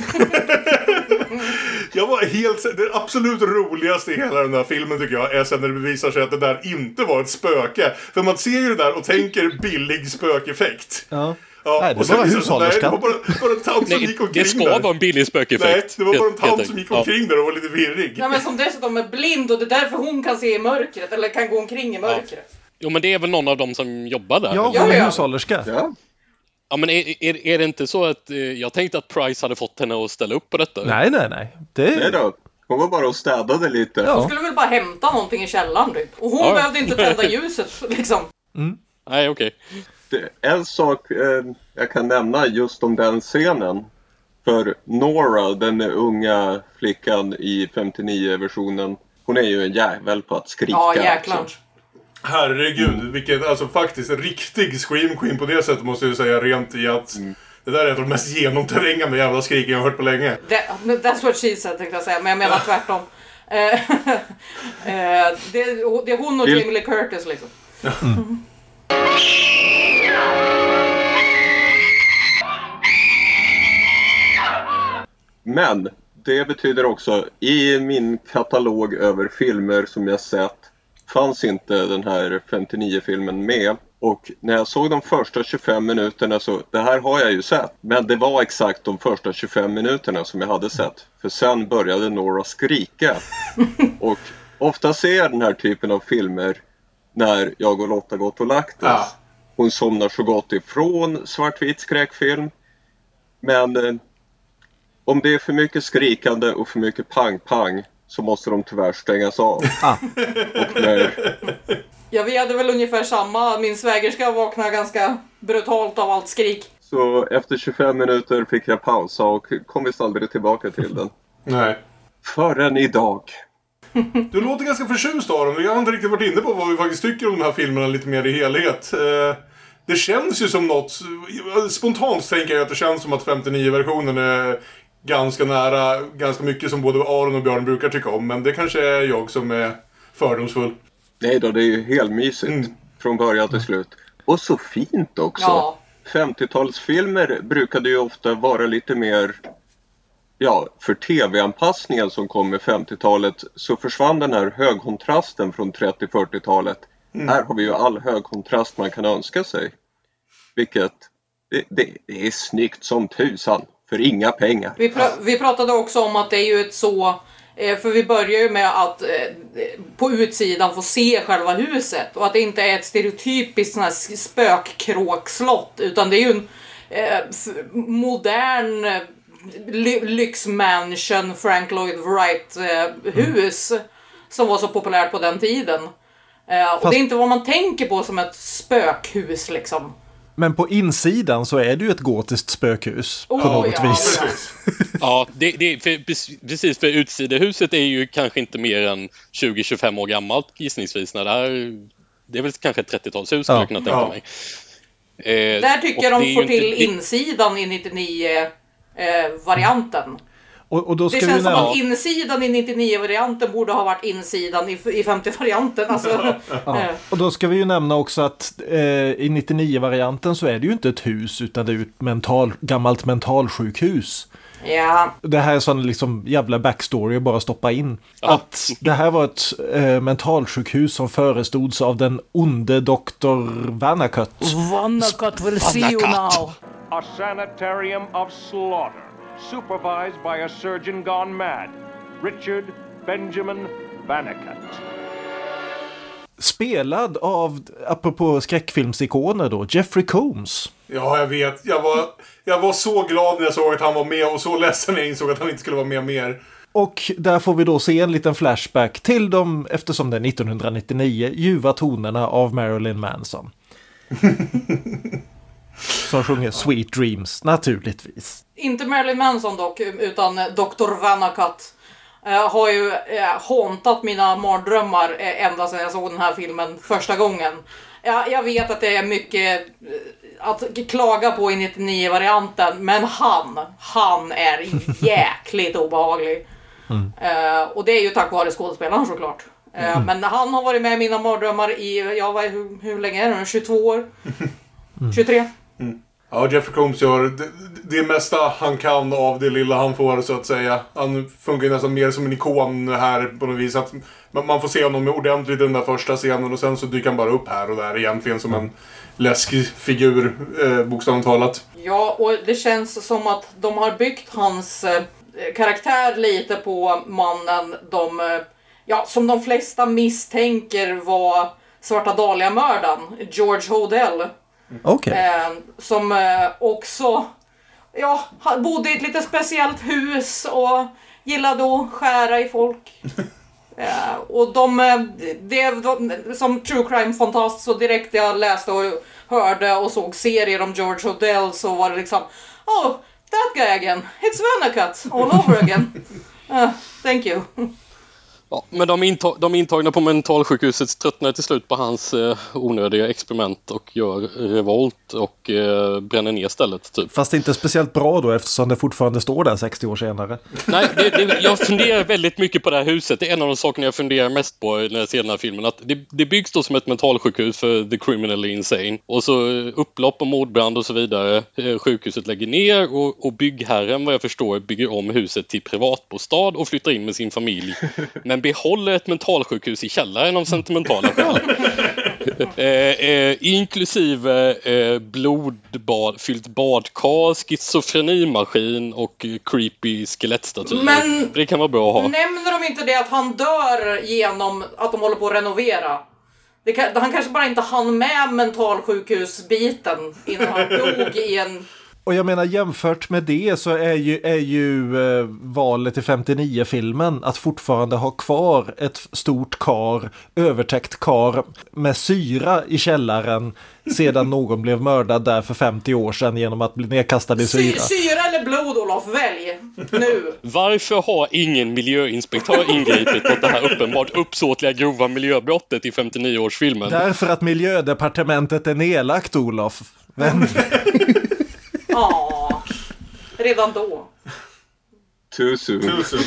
Jag var helt... Det absolut roligaste i hela den här filmen tycker jag är sen när det bevisar sig att det där inte var ett spöke. För man ser ju det där och tänker billig spökeffekt. Ja. Ja, nej, det och sen var liksom, hushållerskan. Nej, det var bara, bara en tant som nej, gick omkring det ska där. vara en billig spökeffekt. Nej, det var bara en tant som gick omkring ja. där och var lite virrig. Ja, men som dessutom är blind och det är därför hon kan se i mörkret. Eller kan gå omkring i mörkret. Ja. Jo, men det är väl någon av dem som jobbar där. Ja, hon är hushållerska. Ja. Ja, men är, är, är det inte så att... Eh, jag tänkte att Price hade fått henne att ställa upp på detta. Nej, nej, nej. Det... Nej då. Hon var bara och städade lite. Ja. Hon skulle väl bara hämta någonting i källaren typ. Och hon ja. behövde inte tända ljuset liksom. Mm. Nej, okej. Okay. En sak eh, jag kan nämna just om den scenen. För Nora, den unga flickan i femtionio-versionen. Hon är ju en jävel på att skrika. Ja, jäklar. Också. Herregud, mm. vilket alltså faktiskt en riktig scream queen på det sättet måste jag säga rent i att mm. det där är ett av de mest genomterrängande jävla skriken jag har hört på länge. Det, that's what she said tänkte jag säga, men jag menar tvärtom. det, det är hon och Jamie Lee Curtis liksom. Mm. Men det betyder också, i min katalog över filmer som jag sett fanns inte den här femtionio-filmen med. Och när jag såg de första tjugofem minuterna så, det här har jag ju sett. Men det var exakt de första tjugofem minuterna som jag hade sett. För sen började Nora skrika. Och ofta ser jag den här typen av filmer när jag och Lotta gått och lagt oss. Ja. Hon somnar så gott ifrån svartvit skräckfilm. Men eh, om det är för mycket skrikande och för mycket pang-pang så måste de tyvärr stängas av. Ah. Och när... Ja, vi hade väl ungefär samma. Min svägerska vaknade ganska brutalt av allt skrik. Så efter tjugofem minuter fick jag pausa och kom visst aldrig tillbaka till den. Nej. Förrän idag. Du låter ganska förtjust av dem. Vi har inte riktigt varit inne på vad vi faktiskt tycker om de här filmerna lite mer i helhet. Det känns ju som något... Spontant tänker jag att det känns som att femtionio-versionen är ganska nära, ganska mycket som både Aron och Björn brukar tycka om. Men det kanske är jag som är fördomsfull. Nej då, det är ju helt mysigt. Mm. Från början till slut. Och så fint också. Ja. femtiotalsfilmer brukade ju ofta vara lite mer... Ja, för tv-anpassningen som kom med femtiotalet så försvann den här högkontrasten från trettio-fyrtiotalet. Mm. Här har vi ju all högkontrast man kan önska sig. Vilket, det, det, det är snyggt som tusan. För inga pengar. Vi, pr- vi pratade också om att det är ju ett så... För vi börjar ju med att på utsidan få se själva huset. Och att det inte är ett stereotypiskt sån här spökkråkslott. Utan det är ju en eh, modern ly- lyxmansion Frank Lloyd Wright eh, hus. Mm. Som var så populärt på den tiden. Eh, och Fast... det är inte vad man tänker på som ett spökhus liksom. Men på insidan så är det ju ett gotiskt spökhus oh, på något ja, vis. Ja, det, det, för, precis för utsidehuset är ju kanske inte mer än tjugo till tjugofem år gammalt gissningsvis. När det, här, det är väl kanske ett trettiotalshus skulle ja. jag kunna tänka ja. mig. Eh, Där tycker jag de får till inte... insidan i nittionio-varianten. Eh, Och, och då ska det känns vi som nämna... att insidan i nittionio-varianten borde ha varit insidan i, i femtio-varianten. Alltså, ja. Och då ska vi ju nämna också att eh, i nittionio-varianten så är det ju inte ett hus utan det är ju ett mental, gammalt mentalsjukhus. Ja. Det här är sån liksom jävla backstory att bara stoppa in. Ja. Att det här var ett eh, mentalsjukhus som förestods av den onde doktor Vannacut. Vannacut will see you now. A sanitarium of slaughter. Supervised by a surgeon gone mad, Richard Benjamin Vannacut. Spelad av, apropå skräckfilmsikoner då, Jeffrey Combs. Ja, jag vet. Jag var, jag var så glad när jag såg att han var med och så ledsen när jag insåg att han inte skulle vara med mer. Och där får vi då se en liten flashback till dem, eftersom det är nittonhundranittionio, ljuva tonerna av Marilyn Manson. som sjunger Sweet Dreams, naturligtvis. Inte Marilyn Manson dock, utan doktor Vanakat. Uh, har ju uh, håntat mina mardrömmar uh, ända sedan jag såg den här filmen första gången. Uh, jag vet att det är mycket uh, att klaga på i nittionio-varianten, men han, han är jäkligt obehaglig. Mm. Uh, och det är ju tack vare skådespelaren såklart. Uh, mm. Men han har varit med i mina mardrömmar i, ja, vad, hur, hur länge är det? tjugotvå år? Mm. tjugotre? Mm. Ja, Jeffrey Combs gör det, det mesta han kan av det lilla han får, så att säga. Han funkar nästan mer som en ikon här på något vis. Att man får se honom ordentligt i den där första scenen och sen så dyker han bara upp här och där egentligen som en läskig figur, eh, bokstavligt talat. Ja, och det känns som att de har byggt hans eh, karaktär lite på mannen de, eh, ja, som de flesta misstänker var Svarta Dahlia-mördaren, George Hodel. Okay. Eh, som eh, också ja, bodde i ett lite speciellt hus och gillade att skära i folk. eh, och de, det, de, som true crime-fantast, så direkt jag läste och hörde och såg serier om George Hodel, så var det liksom, oh, that guy again, it's Vanakat all over again. uh, thank you. Ja, men de, intag- de intagna på mentalsjukhuset tröttnar till slut på hans eh, onödiga experiment och gör revolt och eh, bränner ner stället. Typ. Fast inte speciellt bra då, eftersom det fortfarande står där sextio år senare. Nej, det, det, jag funderar väldigt mycket på det här huset. Det är en av de sakerna jag funderar mest på när jag ser den här filmen. Att det, det byggs då som ett mentalsjukhus för the criminally insane. Och så upplopp och mordbrand och så vidare. Sjukhuset lägger ner och, och byggherren, vad jag förstår, bygger om huset till privatbostad och flyttar in med sin familj. Men behåller ett mentalsjukhus i källaren av sentimentala skäl. eh, eh, inklusive eh, blodbad, fyllt badkar, schizofrenimaskin och eh, creepy skelettstatyer. Men det kan vara bra att ha. Nämner de inte det att han dör genom att de håller på att renovera? Det kan, han kanske bara inte hann med mentalsjukhusbiten innan han dog i en... Och jag menar, jämfört med det så är ju, är ju eh, valet i femtionio-filmen att fortfarande ha kvar ett stort kar, övertäckt kar med syra i källaren sedan någon blev mördad där för femtio år sedan genom att bli nedkastad i syra. Sy- syra eller blod, Olof? Välj nu. Varför har ingen miljöinspektör ingripit mot det här uppenbart uppsåtliga grova miljöbrottet i femtionio-årsfilmen? Därför att miljödepartementet är nedlagt, Olof. Men... Ja, redan då. Too soon. Too soon.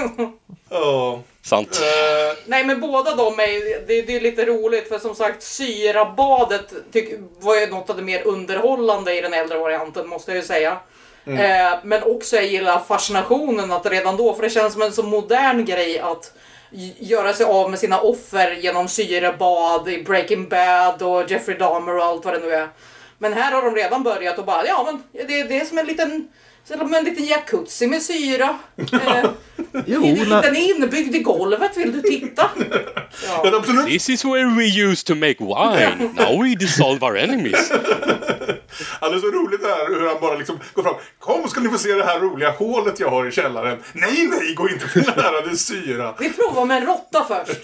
Oh. Sant. Uh, nej, men båda de är, det, det är lite roligt, för som sagt, syrabadet tyck, var ju något av det mer underhållande i den äldre varianten, måste jag ju säga. Mm. Uh, men också jag gillar fascinationen att redan då, för det känns som en så modern grej att göra sig av med sina offer genom syrebad i Breaking Bad och Jeffrey Dahmer och allt vad det nu är. Men här har de redan börjat och bara, ja men det, det är som en liten, som en liten jacuzzi med syra. Eh, jo, den är inbyggd i golvet, vill du titta? Ja. Ja, absolut. This is where we used to make wine. Now we dissolve our enemies. Ja, det är så roligt här hur han bara liksom går fram. Kom, ska ni få se det här roliga hålet jag har i källaren. Nej, nej, gå inte för nära, det är syra. Vi provar med en råtta först.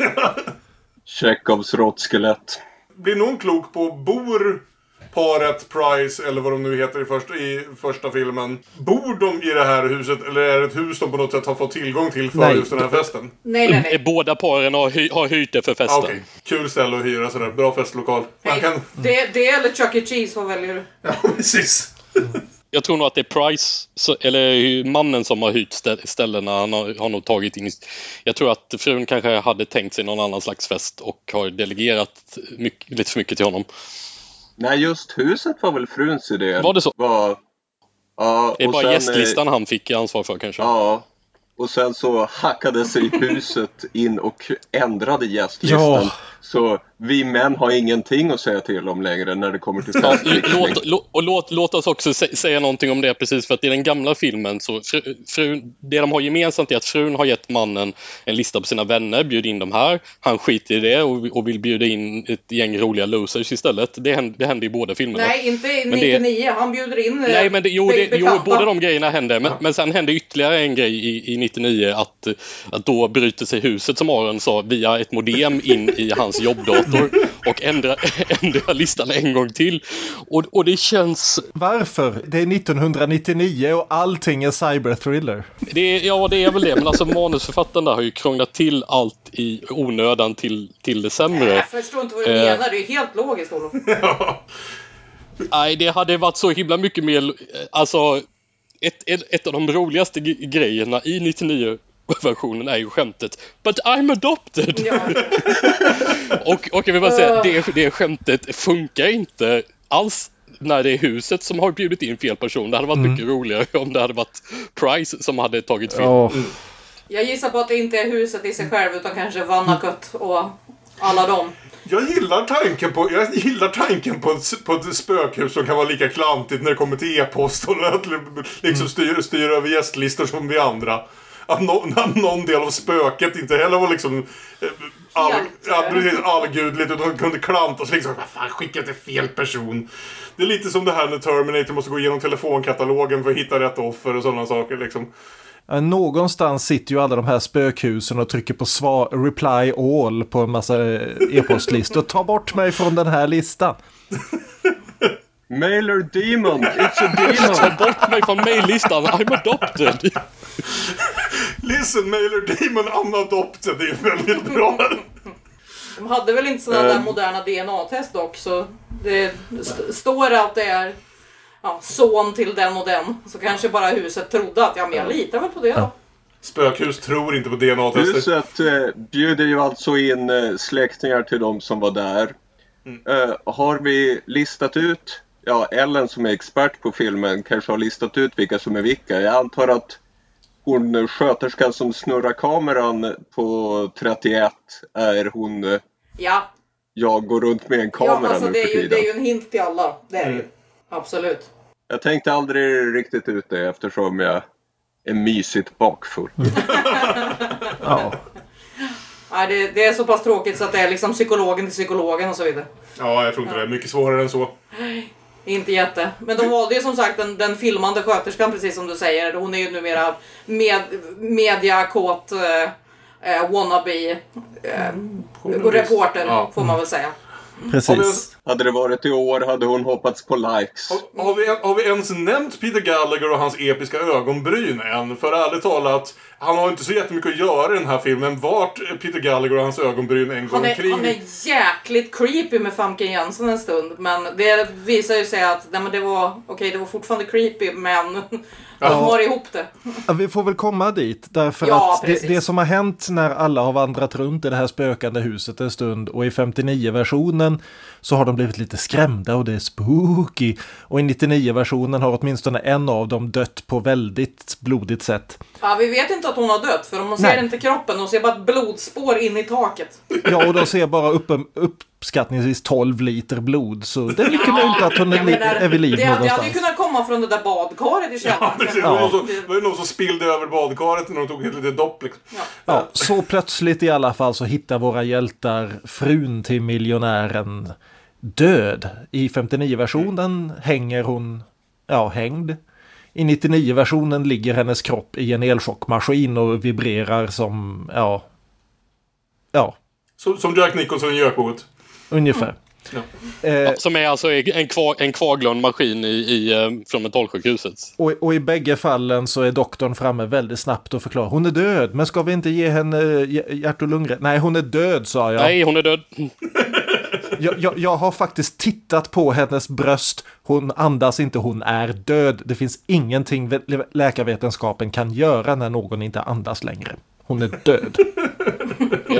Chekhovs råttskelett. Blir någon klok på bor paret Price, eller vad de nu heter i första, i första filmen, bor de i det här huset, eller är det ett hus de på något sätt har fått tillgång till för nej. just den här festen? Nej, nej, nej. Båda paren har, hy- har hyrt det för festen. Ah, okay. Kul ställe att hyra, sådär. Bra festlokal. Man kan... det, det eller Chuck E. Cheese, vad väljer du? Ja, precis. Jag tror nog att det är Price, eller mannen som har hyrt ställena, han har, har nog tagit in. Jag tror att frun kanske hade tänkt sig någon annan slags fest och har delegerat mycket, lite för mycket till honom. Nej, just huset var väl fruns idé. Var det så? Var, ja, det är och bara sen, gästlistan han fick ansvar för kanske. Ja, och sen så hackade sig huset in och ändrade gästlistan. Ja. Så vi män har ingenting att säga till om längre när det kommer till festlikning. låt, låt, Och låt, låt oss också sä- säga någonting om det, precis, för att i den gamla filmen så fru, fru, det de har gemensamt är att frun har gett mannen en lista på sina vänner, bjud in dem här, han skiter i det och, och vill bjuda in ett gäng roliga losers istället. Det händer, det händer i båda filmerna. Nej, inte nittionio, det, han bjuder in. Nej, men det, jo, det, jo, båda de grejerna händer, men, men sen händer ytterligare en grej i, i nittionio att, att då bryter sig huset, som Aron sa, via ett modem in i hans jobbdator dator och ändra, ändra listan en gång till. Och, och det känns... Varför? Det är nittonhundranittionio och allting är cyberthriller. Det är, ja, det är väl det. Men alltså manusförfattaren där har ju krånglat till allt i onödan till, till det sämre. Jag förstår inte vad du eh, menar. Det är ju helt logiskt, Olof. Ja. Nej, det hade varit så himla mycket mer... Alltså, ett, ett, ett av de roligaste g- grejerna i nittionio-versionen är ju skämtet But I'm adopted! Ja. och, och jag vill bara säga, det, det skämtet funkar inte alls när det är huset som har bjudit in fel person. Det hade varit mm. mycket roligare om det hade varit Price som hade tagit fel. Oh. Mm. Jag gissar på att det inte är huset i sig själv utan kanske Vannakött och alla dem. Jag gillar tanken på jag gillar tanken på ett, på ett spökhus som kan vara lika klantigt när det kommer till e-post och att liksom styr, styr över gästlistor som vi andra. Att no, någon del av spöket inte heller var liksom all, ja, precis allgudligt utan kunde klantas liksom, vad fan, skicka till fel person. Det är lite som det här när Terminator måste gå igenom telefonkatalogen för att hitta rätt offer och sådana saker liksom. Någonstans sitter ju alla de här spökhusen och trycker på svar, reply all på en massa e-postlistor. Ta bort mig från den här listan. Mailer demon, it's a demon. Ta bort mig från maillistan, I'm adopted. Listen, Mailer demon, I'm adopted. Det är väldigt bra. De hade väl inte sådana um. där moderna D N A-test dock, så det st- står att det är ja, son till den och den. Så kanske bara huset trodde att ja, men jag litar väl på det då. Ja. Spökhus tror inte på D N A-tester. Huset eh, bjuder ju alltså in eh, släktingar till de som var där. Mm. Eh, har vi listat ut, ja, Ellen som är expert på filmen kanske har listat ut vilka som är vilka. Jag antar att hon sköterskan som snurrar kameran på trettioett är hon... Eh, ja. Jag går runt med en kamera ja, alltså, nu det för är ju, tiden. det är ju en hint till alla, det är mm. ju. Absolut. Jag tänkte aldrig riktigt ut det eftersom jag är mysigt bakfull. Ja. Nej, det, det är så pass tråkigt så att det är liksom psykologen till psykologen och så vidare. Ja, jag tror inte ja. det är mycket svårare än så. Inte jätte. Men de valde ju som sagt den, den filmande sköterskan, precis som du säger. Hon är ju numera med, mediakåt eh, wannabe eh, reporter, ja. får man väl säga. Precis. Hade det varit i år hade hon hoppats på likes. Har, har, vi, har vi ens nämnt Peter Gallagher och hans episka ögonbryn än? För ärligt talat, han har inte så jättemycket att göra i den här filmen. Vart Peter Gallagher och hans ögonbryn en gång han är, kring? Han är jäkligt creepy med Famke Jensen en stund. Men det visar ju sig att nej, men det var okej, okay, det var fortfarande creepy, men de har ihop det. Ja, vi får väl komma dit. Därför ja, att det, det som har hänt när alla har vandrat runt i det här spökande huset en stund och i femtionio-versionen så har de blivit lite skrämda och det är spooky. Och i nittionio-versionen har åtminstone en av dem dött på väldigt blodigt sätt. Ja, vi vet inte att hon har dött för de ser Nej. inte kroppen. De ser bara ett blodspår in i taket. Ja, och de ser bara upp, uppskattningsvis tolv liter blod. Så det är mycket möjligt att hon är, menar, är vid liv det, någonstans. Det hade ju kunnat komma från det där badkaret i källaren. Ja, precis. Ja. Det var någon som, var någon som spillde över badkaret när de tog ett litet dopp. Liksom. Ja. Ja, så plötsligt i alla fall så hittar våra hjältar frun till miljonären död. I femtionio-versionen hänger hon, ja, hängd. I nittionio-versionen ligger hennes kropp i en elchockmaskin och vibrerar som, ja, ja. Så, som Jack Nicholson i Gökboet. Ungefär. Ja. Eh, som är alltså en, kvar, en kvarglömd maskin i, i, från mentalsjukhuset. Och, och i bägge fallen så är doktorn framme väldigt snabbt och förklarar hon är död, men ska vi inte ge henne hjärt- och lungrätt? Nej, hon är död, sa jag. Nej, hon är död. Jag, jag, jag har faktiskt tittat på hennes bröst. Hon andas inte, hon är död. Det finns ingenting läkarvetenskapen kan göra när någon inte andas längre. Hon är död. Ja.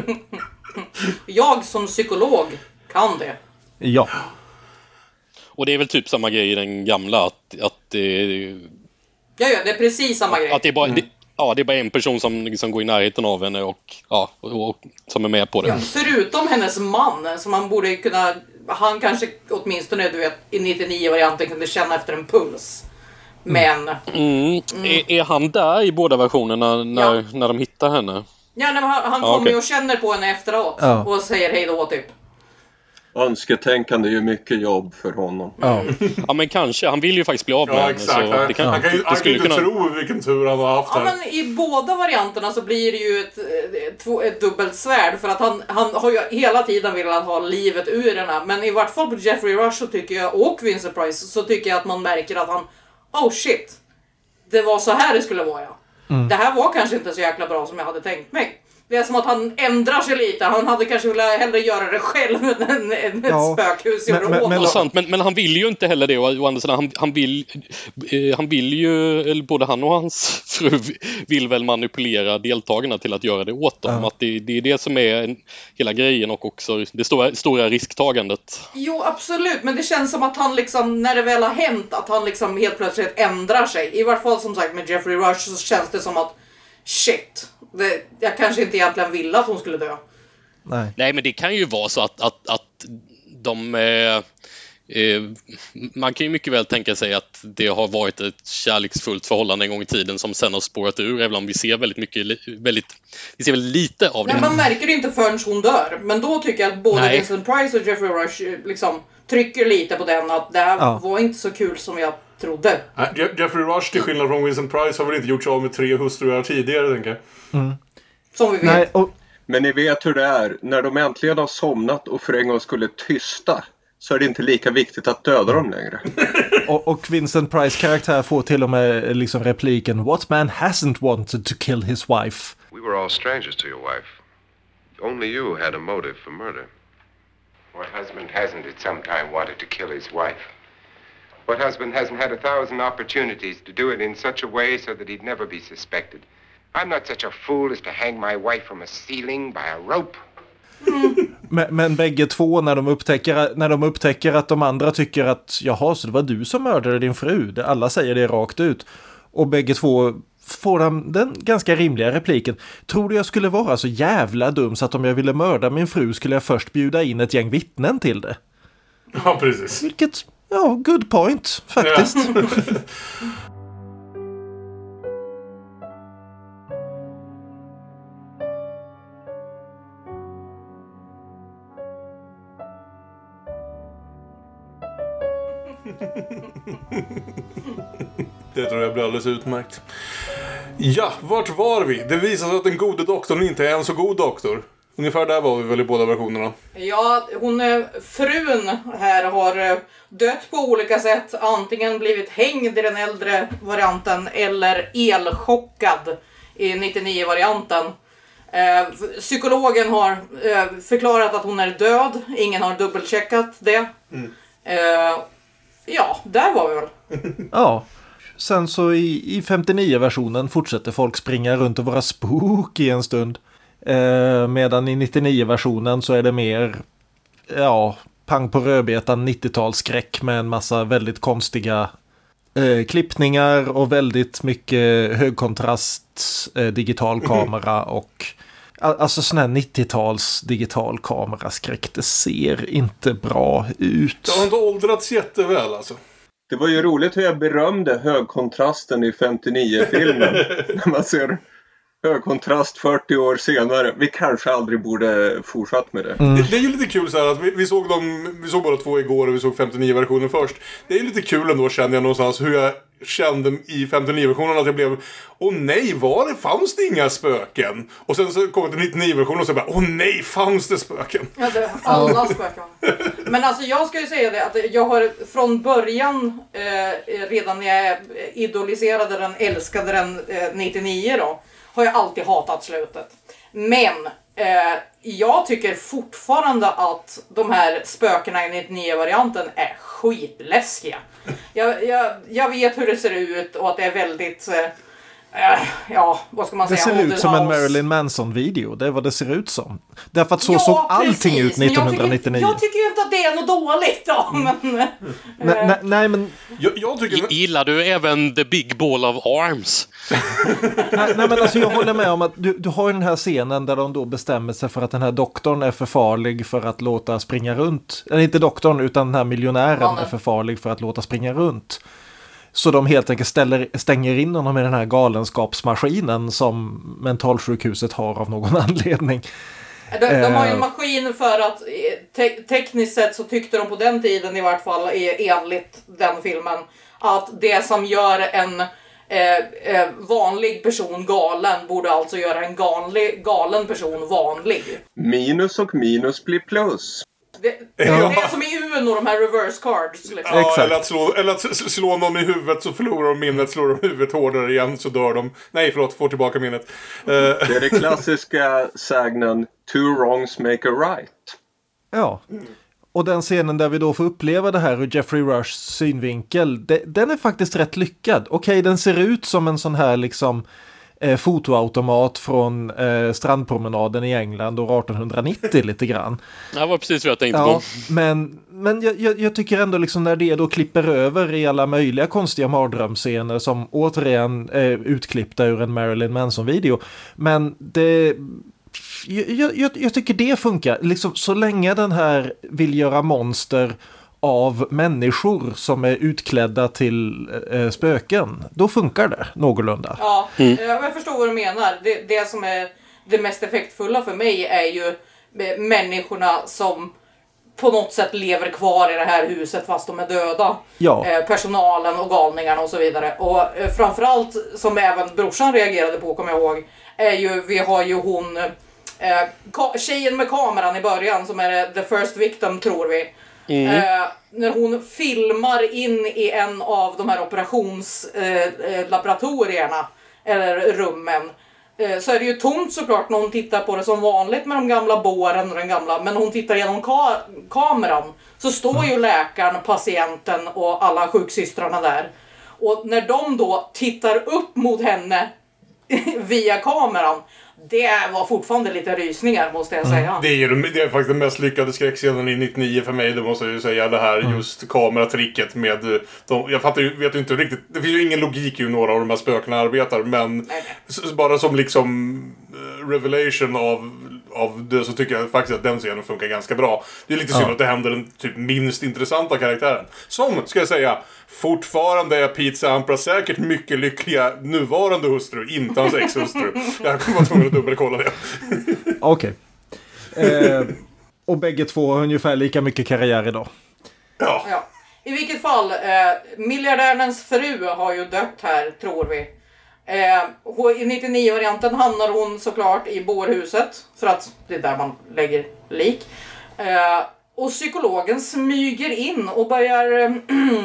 Jag som psykolog kan det. Ja. Och det är väl typ samma grej i den gamla. Att, att det, ja, ja, det är precis samma grej. Att det är bara... Mm. Det, ja, det är bara en person som liksom går i närheten av henne och, ja, och, och som är med på det. Ja, förutom hennes man, som man borde kunna... Han kanske åtminstone, du vet, i nittionio-varianten kunde känna efter en puls. Men... Mm. Mm. Är, är han där i båda versionerna när, ja. när de hittar henne? Ja, nej, han, han ja, kommer okay. ju och känner på henne efteråt. Ja. Och säger hej då, typ. Önsketänkande är ju mycket jobb för honom. Ja, ja men kanske. Han vill ju faktiskt bli av med ja, henne. exakt. Så det kan, han kan ju, det han kan ju inte kunna... tro vilken tur han har haft här. Ja, men i båda varianterna så blir det ju ett, ett, ett dubbelt svärd. För att han, han har ju hela tiden velat ha livet ur henne. Men i vart fall på Jeffrey Rush så tycker jag, och Vincent Price, så tycker jag att man märker att han, oh shit, det var så här det skulle vara, ja. Mm. Det här var kanske inte så jäkla bra som jag hade tänkt mig. Det är som att han ändrar sig lite. Han hade kanske velat hellre göra det själv än ett ja, spökhus i men, men, men, sant, men, men han vill ju inte heller det. Och andra sidan, han, han, vill, eh, han vill ju, eller både han och hans fru vill väl manipulera deltagarna till att göra det åt dem. Ja. Att det, det är det som är en, hela grejen och också det stora, stora risktagandet. Jo, absolut. Men det känns som att han liksom, när det väl har hänt, att han liksom helt plötsligt ändrar sig. I vart fall som sagt med Jeffrey Rush så känns det som att shit, det, jag kanske inte egentligen ville att hon skulle dö. Nej, Nej men det kan ju vara så att, att, att de... Eh, eh, man kan ju mycket väl tänka sig att det har varit ett kärleksfullt förhållande en gång i tiden som sen har spårat ur, även om vi ser väldigt mycket, väldigt, vi ser väldigt lite av det. Nej, man märker det inte förrän hon dör. Men då tycker jag att både Nej. Vincent Price och Jeffrey Rush liksom trycker lite på den, att det här ja. var inte så kul som jag trodde. Nej, Jeffrey Rush till skillnad från Vincent Price har väl inte gjort sig av med tre hustruar tidigare, tänker jag. Mm. Som vi vet. Nej, och... Men ni vet hur det är. När de äntligen har somnat och för en gång skulle tysta, så är det inte lika viktigt att döda dem längre. och, och Vincent Price karaktär får till och med liksom repliken What man hasn't wanted to kill his wife? We were all strangers to your wife. Only you had a motive for murder. What husband hasn't at some time wanted to kill his wife? What husband hasn't had a thousand opportunities to do it in such a way so that he'd never be suspected? I'm not such a fool as to hang my wife from a ceiling by a rope. Mm. men, men bägge två när de, upptäcker, när de upptäcker att de andra tycker att jaha, så det var du som mördade din fru. Det, alla säger det rakt ut. Och bägge två får de den ganska rimliga repliken. Tror du jag skulle vara så jävla dum så att om jag ville mörda min fru skulle jag först bjuda in ett gäng vittnen till det? Ja, precis. Vilket, ja, good point faktiskt. Ja. Det tror jag blir alldeles utmärkt. Ja, vart var vi? Det visar sig att den gode doktorn inte är en så god doktor. Ungefär där var vi väl i båda versionerna. Ja, hon, frun här har dött på olika sätt. Antingen blivit hängd i den äldre varianten eller elchockad i nittionio-varianten. Eh, psykologen har eh, förklarat att hon är död. Ingen har dubbelcheckat det. Mm. Eh, ja, där var vi väl. Ja. Sen så i, i femtionio-versionen fortsätter folk springa runt och vara spooky en stund. Eh, medan i nittionio-versionen så är det mer ja, pang på rödbetan nittio-talsskräck med en massa väldigt konstiga eh, klippningar och väldigt mycket högkontrast eh, digital kamera och alltså sån här nittio-tals digital kameraskräck. Det ser inte bra ut. Det har inte åldrats jätteväl alltså. Det var ju roligt hur jag berömde högkontrasten i femtionio-filmen. När man ser högkontrast fyrtio år senare. Vi kanske aldrig borde fortsatt med det. Mm. Det, det är ju lite kul så här att vi, vi såg dem, vi såg bara två igår och vi såg femtionio-versionen först. Det är lite kul ändå, kände jag någonstans, hur jag kände i femtionio-versionen att jag blev åh nej, var det? Fanns det inga spöken? Och sen så kom jag till nittionio-versionen och så bara åh nej, fanns det spöken? Ja, det alla spöken. Men alltså jag ska ju säga det att jag har från början eh, redan när jag idoliserade den, älskade den eh, nittionio då, har jag alltid hatat slutet. Men eh, jag tycker fortfarande att de här spökena i nittionio-varianten är skitläskiga. Jag, jag, jag vet hur det ser ut och att det är väldigt... Eh, ja, vad ska man det säga? Det ser ut som en Marilyn Manson-video. Det är vad det ser ut som. Därför att så ja, såg allting precis. ut nittonhundranittionio. Jag tycker, jag tycker ju inte att det är något dåligt då. Men, nej, nej, nej, men... Jag, jag tycker... Gillar du även The Big Ball of Arms? nej, nej, men alltså jag håller med om att du, du har den här scenen där de då bestämmer sig för att den här doktorn är för farlig för att låta springa runt. Eller inte doktorn, utan den här miljonären ja, är för farlig för att låta springa runt. Så de helt enkelt ställer, stänger in honom i den här galenskapsmaskinen som mentalsjukhuset har av någon anledning. De, de har ju en maskin för att te- tekniskt sett så tyckte de på den tiden i vart fall enligt den filmen att det som gör en eh, eh, vanlig person galen borde alltså göra en ganlig, galen person vanlig. Minus och minus blir plus. Det, det, Ja. det är som i Uno, de här reverse cards. Liksom. Ja, eller att, slå, eller att s- slå någon i huvudet så förlorar de minnet, slår de huvudet hårdare igen så dör de. Nej, förlåt, får tillbaka minnet. Uh. Det är det klassiska sägnen two wrongs make a right. Ja. Och den scenen där vi då får uppleva det här ur Jeffrey Rushs synvinkel, det, den är faktiskt rätt lyckad. Okej, den ser ut som en sån här liksom eh, fotoautomat från eh, strandpromenaden i England år artonhundranittio lite grann. Det var precis vad jag tänkte Ja, på. men, men jag, jag, jag tycker ändå liksom när det då klipper över i alla möjliga konstiga mardrömsscener som återigen är utklippta ur en Marilyn Manson-video. Men det... Jag, jag, jag tycker det funkar. Liksom, så länge den här vill göra monster av människor som är utklädda till eh, spöken, då funkar det någorlunda. Ja, Mm. jag förstår vad du menar. Det, det som är det mest effektfulla för mig är ju människorna som på något sätt lever kvar i det här huset fast de är döda. Ja. Eh, personalen och galningarna och så vidare. Och eh, framförallt, som även brorsan reagerade på, kommer jag ihåg, är ju, vi har ju hon eh, ka- tjejen med kameran i början som är the first victim, tror vi. Mm. Eh, när hon filmar in i en av de här operationslaboratorierna eh, eller rummen, eh, så är det ju tomt såklart när hon tittar på det som vanligt med de gamla båren och den gamla, men hon tittar genom ka- kameran så står ju läkaren, patienten och alla sjuksystrarna där, och när de då tittar upp mot henne via kameran, det var fortfarande lite rysningar, måste jag säga. Mm. Det är ju det är faktiskt den mest lyckade skräckscenen i nittionio för mig, det måste jag ju säga. Det här Mm. just kameratricket med de, jag fattar ju, vet ju inte riktigt, det finns ju ingen logik i hur några av de här spökena arbetar, men s- bara som liksom uh, revelation av, av det, så tycker jag faktiskt att den scenen funkar ganska bra. Det är lite synd Ja. att det händer den typ minst intressanta karaktären. Som, ska jag säga, fortfarande är Pete Sampras säkert mycket lyckliga nuvarande hustru, inte hans ex-hustru. Jag kommer vara tvungen att dubbelkolla det. Okej. Eh, och bägge två har ungefär lika mycket karriär idag. Ja. Ja. I vilket fall, eh, miljardärens fru har ju dött här, tror vi. Eh, I nittionio-varianten hamnar hon såklart i bårhuset, för att det är där man lägger lik. Eh, och psykologen smyger in och börjar... Eh,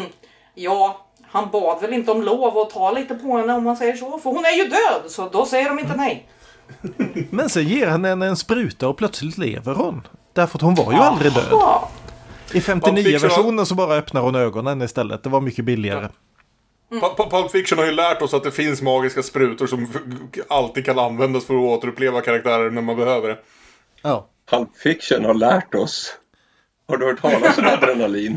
ja, han bad väl inte om lov att ta lite på henne, om man säger så. För hon är ju död, så då säger de inte nej. Men sen ger han henne en spruta och plötsligt lever hon. Därför att hon var ju aldrig död. Ja. I femtionio-versionen så bara öppnar hon ögonen istället. Det var mycket billigare. Mm. Pulp Fiction har ju lärt oss att det finns magiska sprutor som alltid kan användas för att återuppleva karaktärer när man behöver det. Ja. Pulp Fiction har lärt oss. Har du hört talas om adrenalin?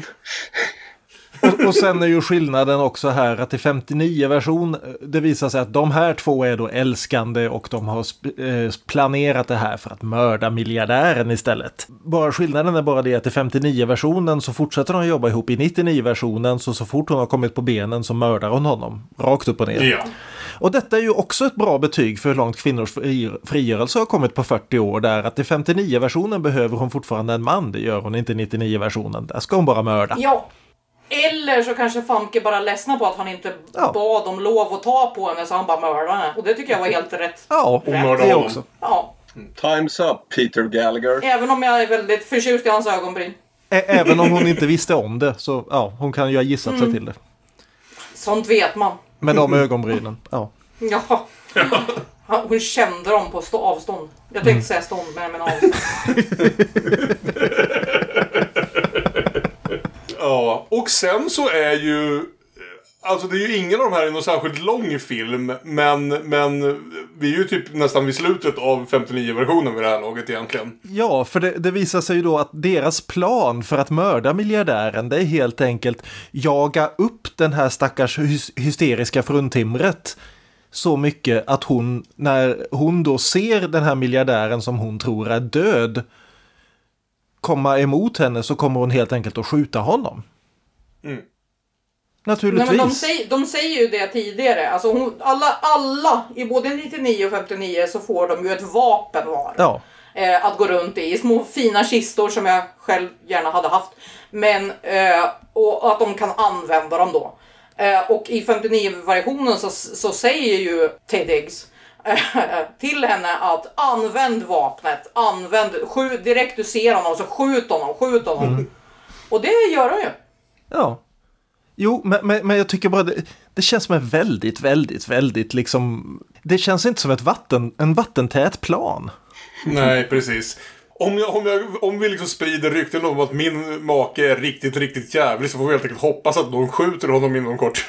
Och, och sen är ju skillnaden också här att i femtionio-version det visar sig att de här två är då älskande och de har sp- eh, planerat det här för att mörda miljardären istället. Bara skillnaden är bara det att i femtionio-versionen så fortsätter de jobba ihop. I nittionio-versionen så så fort hon har kommit på benen så mördar hon honom. Rakt upp och ner. Ja. Och detta är ju också ett bra betyg för hur långt kvinnors frigörelse har kommit på fyrtio år. Där att i femtionio-versionen behöver hon fortfarande en man. Det gör hon inte i nittionio-versionen. Där ska hon bara mörda. Ja. Eller så kanske Famke bara ledsnar på att han inte Ja. bad om lov att ta på henne, så han bara mördade henne. Och det tycker jag var helt rätt. Ja, rätt. det också. Ja. Time's up, Peter Gallagher. Även om jag är väldigt förtjust i hans ögonbryn. Ä- Även om hon inte visste om det så ja, hon kan ju ha gissat sig Mm. till det. Sånt vet man. Med de ögonbrynen, ja. Ja. Hon kände dem på stå- avstånd. Jag tänkte Mm. säga stånd, men jag menar avstånd. Ja, och sen så är ju... Alltså det är ju ingen av de här i någon särskilt lång film, men, men vi är ju typ nästan vid slutet av femtionio-versionen vid det här laget egentligen. Ja, för det, det visar sig ju då att deras plan för att mörda miljardären, det är helt enkelt jaga upp den här stackars hys- hysteriska fruntimret så mycket att hon, när hon då ser den här miljardären som hon tror är död komma emot henne, så kommer hon helt enkelt att skjuta honom. Mm. Naturligtvis. Nej, men de, säger, de säger ju det tidigare. Alltså hon, alla, alla i både nittionio och femtionio så får de ju ett vapen var. Ja. eh, att gå runt i. Små fina kistor som jag själv gärna hade haft. Men, eh, och att de kan använda dem då. Eh, och i femtionio-variationen så, så säger ju Taye Diggs till henne att använd vapnet, använd, skjut, direkt du ser honom så skjut honom, skjut honom. Mm. Och det gör hon ju. Ja. Jo, men, men, men jag tycker bara det, det känns som en väldigt, väldigt, väldigt liksom, det känns inte som ett vatten, en vattentät plan. Nej, precis. Om, jag, om, jag, om vi liksom sprider rykten om att min make är riktigt, riktigt jävlig så får vi helt enkelt hoppas att någon skjuter honom inom kort.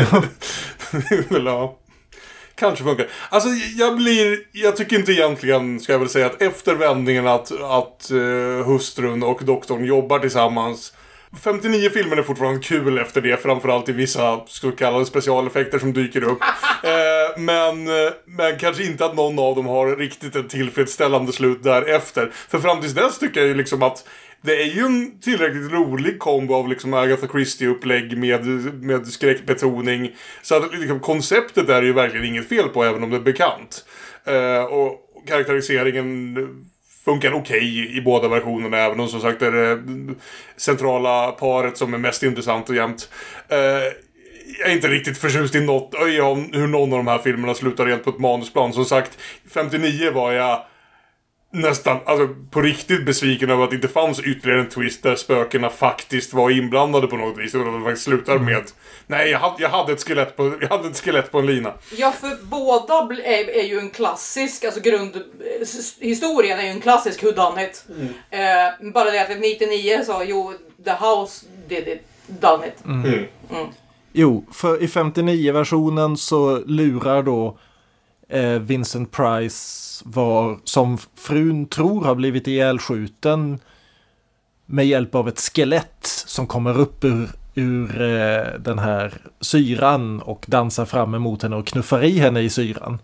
Ja. Kanske funkar. Alltså jag blir, jag tycker inte egentligen, ska jag väl säga, att efter vändningen att, att uh, hustrun och doktorn jobbar tillsammans. femtionio filmer är fortfarande kul efter det, framförallt i vissa så kallade specialeffekter som dyker upp. eh, men, men kanske inte att någon av dem har riktigt ett tillfredsställande slut därefter. För fram tills dess tycker jag ju liksom att det är ju en tillräckligt rolig kombo av liksom Agatha Christie-upplägg med, med skräckbetoning. Så att liksom, konceptet är ju verkligen inget fel på, även om det är bekant. Eh, och karaktäriseringen funkar okej okay i båda versionerna, även om som sagt det är det centrala paret som är mest intressant och jämt. Eh, jag är inte riktigt förtjust i något, i hur någon av de här filmerna slutar rent på ett manusplan. Som sagt, femtionio var jag nästan, alltså på riktigt besviken över att det inte fanns ytterligare en twist där spökena faktiskt var inblandade på något vis. Och det faktiskt slutar med nej, jag hade, jag hade ett skelett på jag hade ett skelett på en lina. Ja, för båda är, är ju en klassisk, alltså grundhistorien är ju en klassisk whodunit. Mm. Eh, bara det att nittionio så jo, the house did it, done it. Mm. Mm. Mm. Jo, för i femtionio-versionen så lurar då eh, Vincent Price var, som frun tror har blivit ihjälskjuten med hjälp av ett skelett som kommer upp ur, ur eh, den här syran och dansar fram emot henne och knuffar i henne i syran.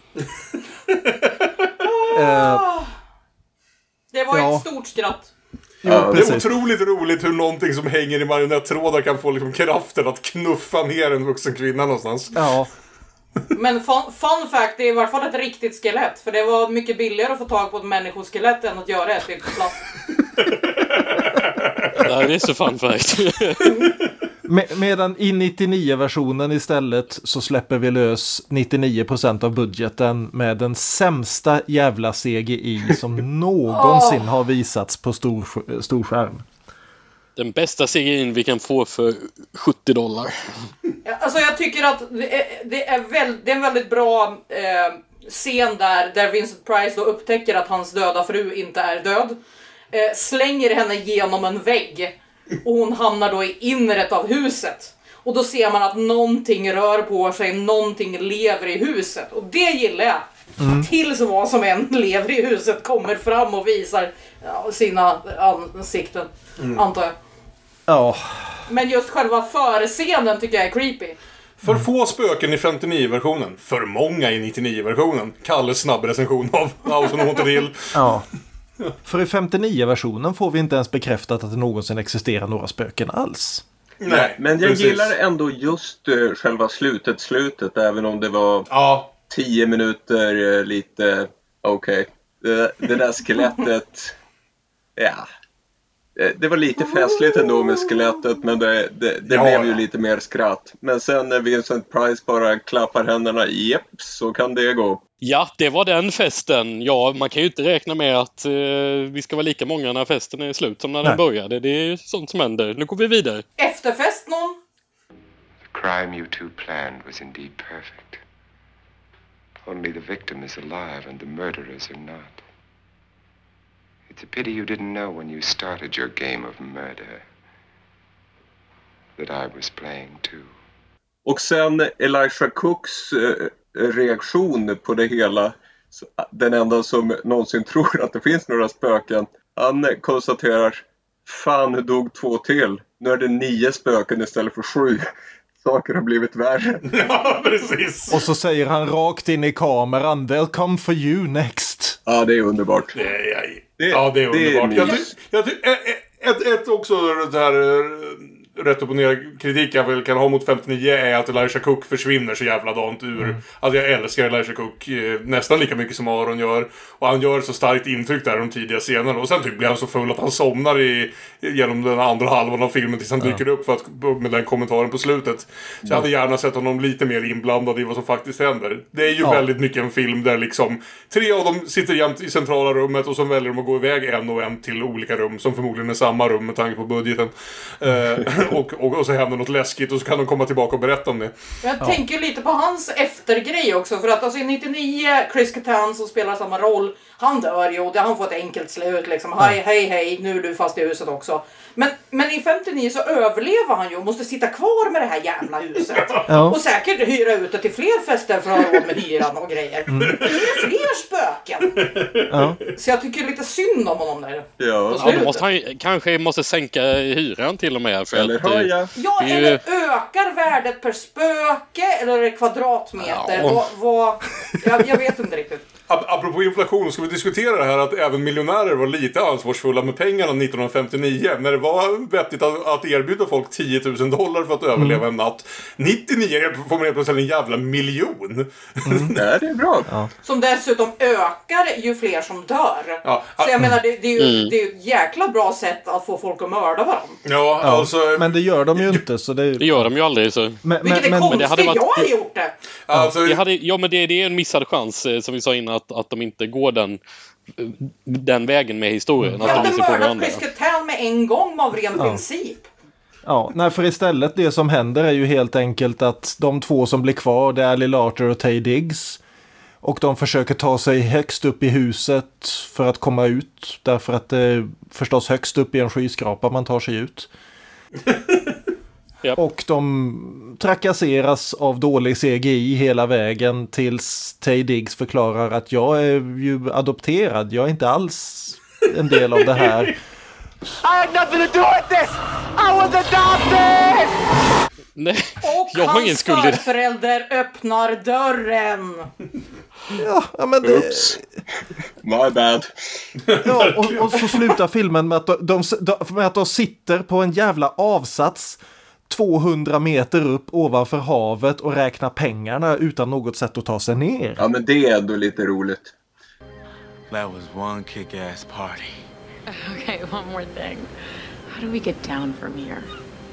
eh, det var ja. ett stort skratt. Jo, ja, det är otroligt roligt hur någonting som hänger i marionettrådar kan få liksom kraften att knuffa ner en vuxen kvinna någonstans. Ja. Men fun, fun fact, det är i varje fall ett riktigt skelett. För det var mycket billigare att få tag på ett människoskelett än att göra ett i plast. Nej, det är så fun fact. Med, medan i nittionio-versionen istället så släpper vi lös nittionio procent av budgeten med den sämsta jävla C G I som någonsin oh. har visats på stor, stor skärm. Den bästa C G I vi kan få för sjuttio dollar. Alltså jag tycker att det är, det är, väl, det är en väldigt bra eh, scen där, där Vincent Price då upptäcker att hans döda fru inte är död. Eh, slänger henne genom en vägg och hon hamnar då i inret av huset. Och då ser man att någonting rör på sig, någonting lever i huset. Och det gillar jag. Mm. Tills vad som än lever i huset kommer fram och visar ja, sina ansikten, mm. antar jag. Ja. Men just själva förscenen tycker jag är creepy. För få spöken i femtionio-versionen. För många i nittionio-versionen. Kalles snabb recension av House on Haunted Hill. Ja. För i femtionio-versionen får vi inte ens bekräftat att det någonsin existerar några spöken alls. Nej, men jag precis. gillar ändå just uh, själva slutet, slutet. Även om det var ja. tio minuter uh, lite okej. Okay. Uh, det där skelettet, ja. Det var lite festligt ändå med skelettet, men det, det, det ja, blev ju lite mer skratt. Men sen när Vincent Price bara klappar händerna, jepp, så kan det gå. Ja, det var den festen. Ja, man kan ju inte räkna med att eh, vi ska vara lika många när festen är slut som när Nej. den började. Det är sånt som händer. Nu går vi vidare. Efterfest någon? The crime you two planned was indeed perfect. Only the victim is alive and the murderers are not. It's a pity you didn't know when you started your game of murder that I was playing too. Och sen Elisha Cooks eh, reaktion på det hela, den enda som någonsin tror att det finns några spöken. Han konstaterar, fan hur dog två till? Nu är det nio spöken istället för sju. Saker har blivit värre. Ja, precis. Och så säger han rakt in i kameran, they'll come for you next. Ja, det är underbart. Det är, det, ja, det är underbart. Det är jag ty, jag ty, ett, ett också det här rätt upp och ner kritik jag väl kan ha mot femtionio är att Elijah Cook försvinner så jävla dant ur. Mm. Alltså jag älskar Elijah Cook eh, nästan lika mycket som Aaron gör. Och han gör så starkt intryck där de tidiga scenerna. Och sen typ blir han så full att han somnar i, genom den andra halvan av filmen tills han ja. dyker upp för att, med den kommentaren på slutet. Så mm. jag hade gärna sett honom lite mer inblandad i vad som faktiskt händer. Det är ju ja. väldigt mycket en film där liksom tre av dem sitter jämt i centrala rummet och så väljer de att gå iväg en och en till olika rum som förmodligen är samma rum med tanke på budgeten. Eh, och, och, och så händer något läskigt och så kan de komma tillbaka och berätta om det. Jag ja. tänker lite på hans eftergrej också, för att alltså i nittionio Chris Kattan som spelar samma roll, han dör ju och han får ett enkelt slut liksom. Hej, hej, hej, nu är du fast i huset också. Men, men i femtionio så överlever han ju och måste sitta kvar med det här jävla huset. Ja. Och säkert hyra ut det till fler fester för att ha råd med hyran och grejer. Mm. Nu är det fler spöken. Ja. Så jag tycker lite synd om honom där. Ja, ja då måste han kanske måste sänka hyran till och med. För eller att, höja. Ja, ju... eller ökar värdet per spöke eller kvadratmeter. Ja. Vad, vad, jag, jag vet inte riktigt. Apropå inflation ska vi diskutera det här att även miljonärer var lite ansvarsfulla med pengarna nittonhundrafemtionio när det var vettigt att, att erbjuda folk tio tusen dollar för att överleva en natt. nittionio får man plötsligt en jävla miljon. Mm. Det är bra. Ja. Som dessutom ökar ju fler som dör. Ja. Så jag menar det, det är ju mm. det är ett jäkla bra sätt att få folk att mörda varandra. Ja, alltså, men det gör de ju inte så det, det gör de ju aldrig så. Men, men, Vilket är men, konstigt, men det hade varit... jag har gjort det. Alltså, det hade, ja men det, det är en missad chans som vi sa innan att, att de inte går den den vägen med historien. Mm. Att de ja, de mördade Chris Kattan med en gång av ren ja. princip. Ja, nej, för istället det som händer är ju helt enkelt att de två som blir kvar, det är Ali Larter och Taye Diggs. Och de försöker ta sig högst upp i huset för att komma ut. Därför att det är förstås högst upp i en skyskrapa man tar sig ut. Yep. Och de trakasseras av dålig C G I hela vägen tills Taye Diggs förklarar att jag är ju adopterad. Jag är inte alls en del av det här. I had nothing to do with this! I was adopted! Nej, och jag har ingen skuld i det. Hans förälder öppnar dörren. Ja, ja men det... Oops. My bad. Ja, och, och så slutar filmen med att de, de, de, med att de sitter på en jävla avsats tvåhundra meter upp ovanför havet och räknar pengarna utan något sätt att ta sig ner. Ja, men det är ändå lite roligt. That was one kick-ass party. Okay, one more thing. How do we get down from here?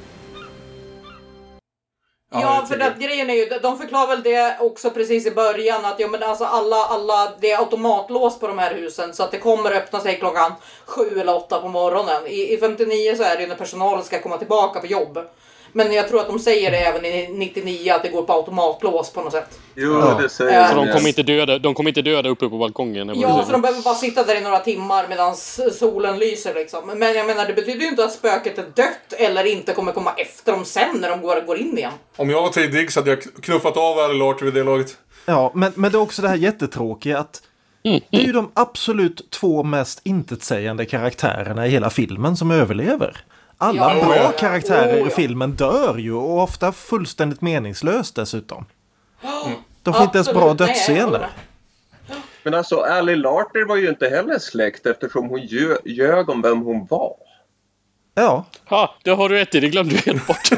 Ja, för den grejen är ju, de förklarar väl det också precis i början att ja, men alltså alla, alla, det är automatlås på de här husen så att det kommer öppna sig klockan sju eller åtta på morgonen. I, i femtionio så är det ju när personalen ska komma tillbaka på jobb. Men jag tror att de säger det även i nittionio att det går på automatlås på något sätt. Jo, ja. Det säger Så de kommer inte döda, de kommer inte döda uppe på balkongen. Ja, så de behöver bara sitta där i några timmar medan solen lyser liksom. Men jag menar, det betyder ju inte att spöket är dött eller inte kommer komma efter dem sen när de går, går in igen. Om jag var Taye Diggs hade jag knuffat av Ali Larter vid det laget. Ja, men, men det är också det här jättetråkiga att mm. det är ju de absolut två mest intetsägande karaktärerna i hela filmen som överlever. Alla ja, bra ja, ja. karaktärer oh, ja. i filmen dör ju och ofta fullständigt meningslöst dessutom. Mm. De får inte ens bra dödsscener. Men alltså, Ali Larter var ju inte heller släkt eftersom hon ljög, ljög om vem hon var. Ja. Ja, det har du rätt i. Det glömde du helt bort.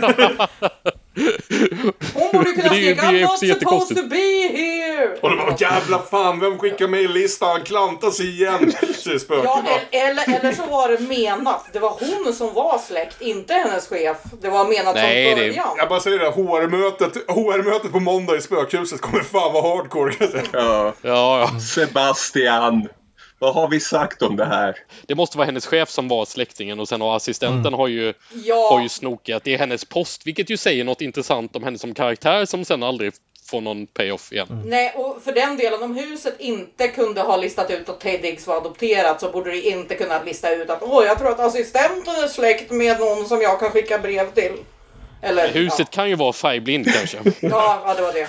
Hon borde kunna skrika I'm not supposed to be here. Och de bara, jävla fan, vem skickar mig i listan? Han klantar sig igen. Ja, eller, eller så var det menat. Det var hon som var släkt, inte hennes chef. Det var menat Nej, från början. Det... Jag bara säger det, H R-mötet, H R-mötet på måndag i spökhuset kommer fan vara hardcore. Ja. Ja, ja. Sebastian. Vad har vi sagt om det här? Det måste vara hennes chef som var släktingen och sen har assistenten mm. har, ju, ja. har ju snokat. Det är hennes post, vilket ju säger något intressant om henne som karaktär som sen aldrig får någon payoff igen. Mm. Nej, och för den delen om huset inte kunde ha listat ut att Taye Diggs var adopterad så borde det inte kunna lista ut att åh, jag tror att assistenten är släkt med någon som jag kan skicka brev till. Eller, huset ja. kan ju vara färgblind kanske. ja, ja, det var det.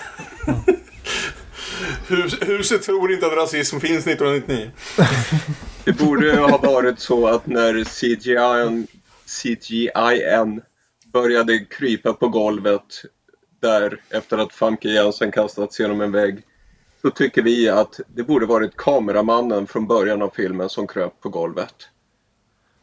Hus, huset tror inte att rasism finns nittonhundranittionio. Det borde ha varit så att när C G I, C G I N började krypa på golvet där efter att Famke Jensen kastats genom en vägg, så tycker vi att det borde varit kameramannen från början av filmen som kröp på golvet.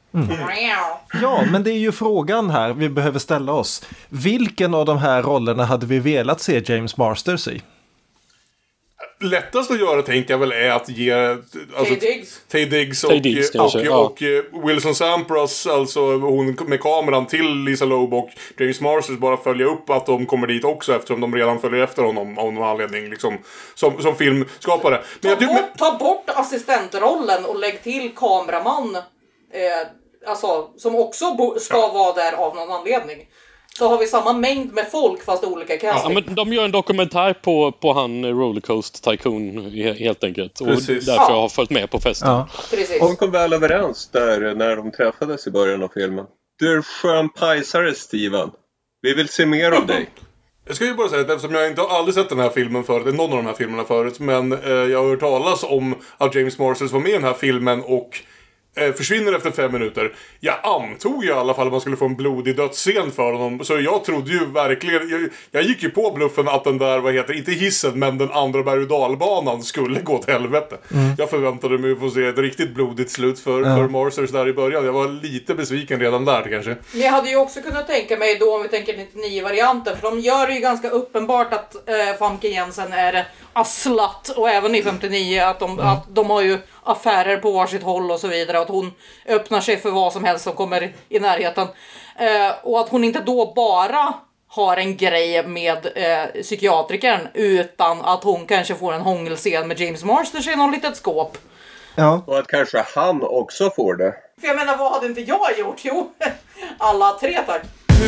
Mm. Ja, men det är ju frågan här vi behöver ställa oss. Vilken av de här rollerna hade vi velat se James Marsters i? Lättast att göra, tänker jag väl, är att ge alltså, Tay Diggs. Tay Diggs och, Tay Diggs, och, kanske, och, ja. och Wilson Sampras, alltså hon med kameran till Lisa Loeb och James Marsters, bara följa upp att de kommer dit också, eftersom de redan följer efter honom av någon anledning, liksom, som, som filmskapare. Men ta, jag, bort, men, ta bort assistentrollen och lägg till kameraman, eh, alltså, som också bo- ska ja. vara där av någon anledning. Så har vi samma mängd med folk fast olika casting. Ja, men de gör en dokumentär på, på han Rollercoaster Tycoon helt enkelt. Och Precis. därför Ja. jag har följt med på festen. Ja. Precis. De kom väl överens där när de träffades i början av filmen. Du är skön pajsare, Steven. Vi vill se mer av dig. Jag ska ju bara säga att eftersom jag inte har aldrig sett den här filmen förut, någon av de här filmerna förut, men eh, jag har hört talas om att James Marsters var med i den här filmen och eh, försvinner efter fem minuter. Jag antog ju i alla fall att man skulle få en blodig dödsscen för honom, så jag trodde ju verkligen, jag, jag gick ju på bluffen att den där, vad heter, inte hissen, men den andra berg- och dalbanan skulle gå till helvete. Mm. Jag förväntade mig att få se ett riktigt blodigt slut för, mm. för Marsters där i början. Jag var lite besviken redan där kanske. Men jag hade ju också kunnat tänka mig då, om vi tänker nittionio-varianten, för de gör det ju ganska uppenbart att eh, Famke Jensen är asslat, och även i femtionio att de, mm. att de har ju affärer på varsitt håll och så vidare, att hon öppnar sig för vad som helst som kommer i närheten, eh, och att hon inte då bara har en grej med eh, psykiatrikern, utan att hon kanske får en hångelscen med James Marsters i någon litet skåp. Ja. Och att kanske han också får det. För jag menar, vad hade inte jag gjort? Jo, alla tre tack.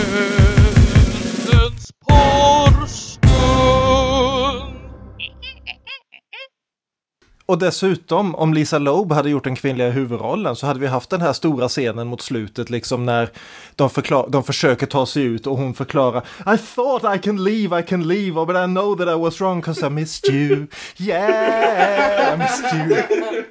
Och dessutom, om Lisa Loeb hade gjort den kvinnliga huvudrollen så hade vi haft den här stora scenen mot slutet, liksom när de, förklar- de försöker ta sig ut och hon förklarar I thought I can leave, I can leave, but I know that I was wrong because I missed you. Yeah, I missed you.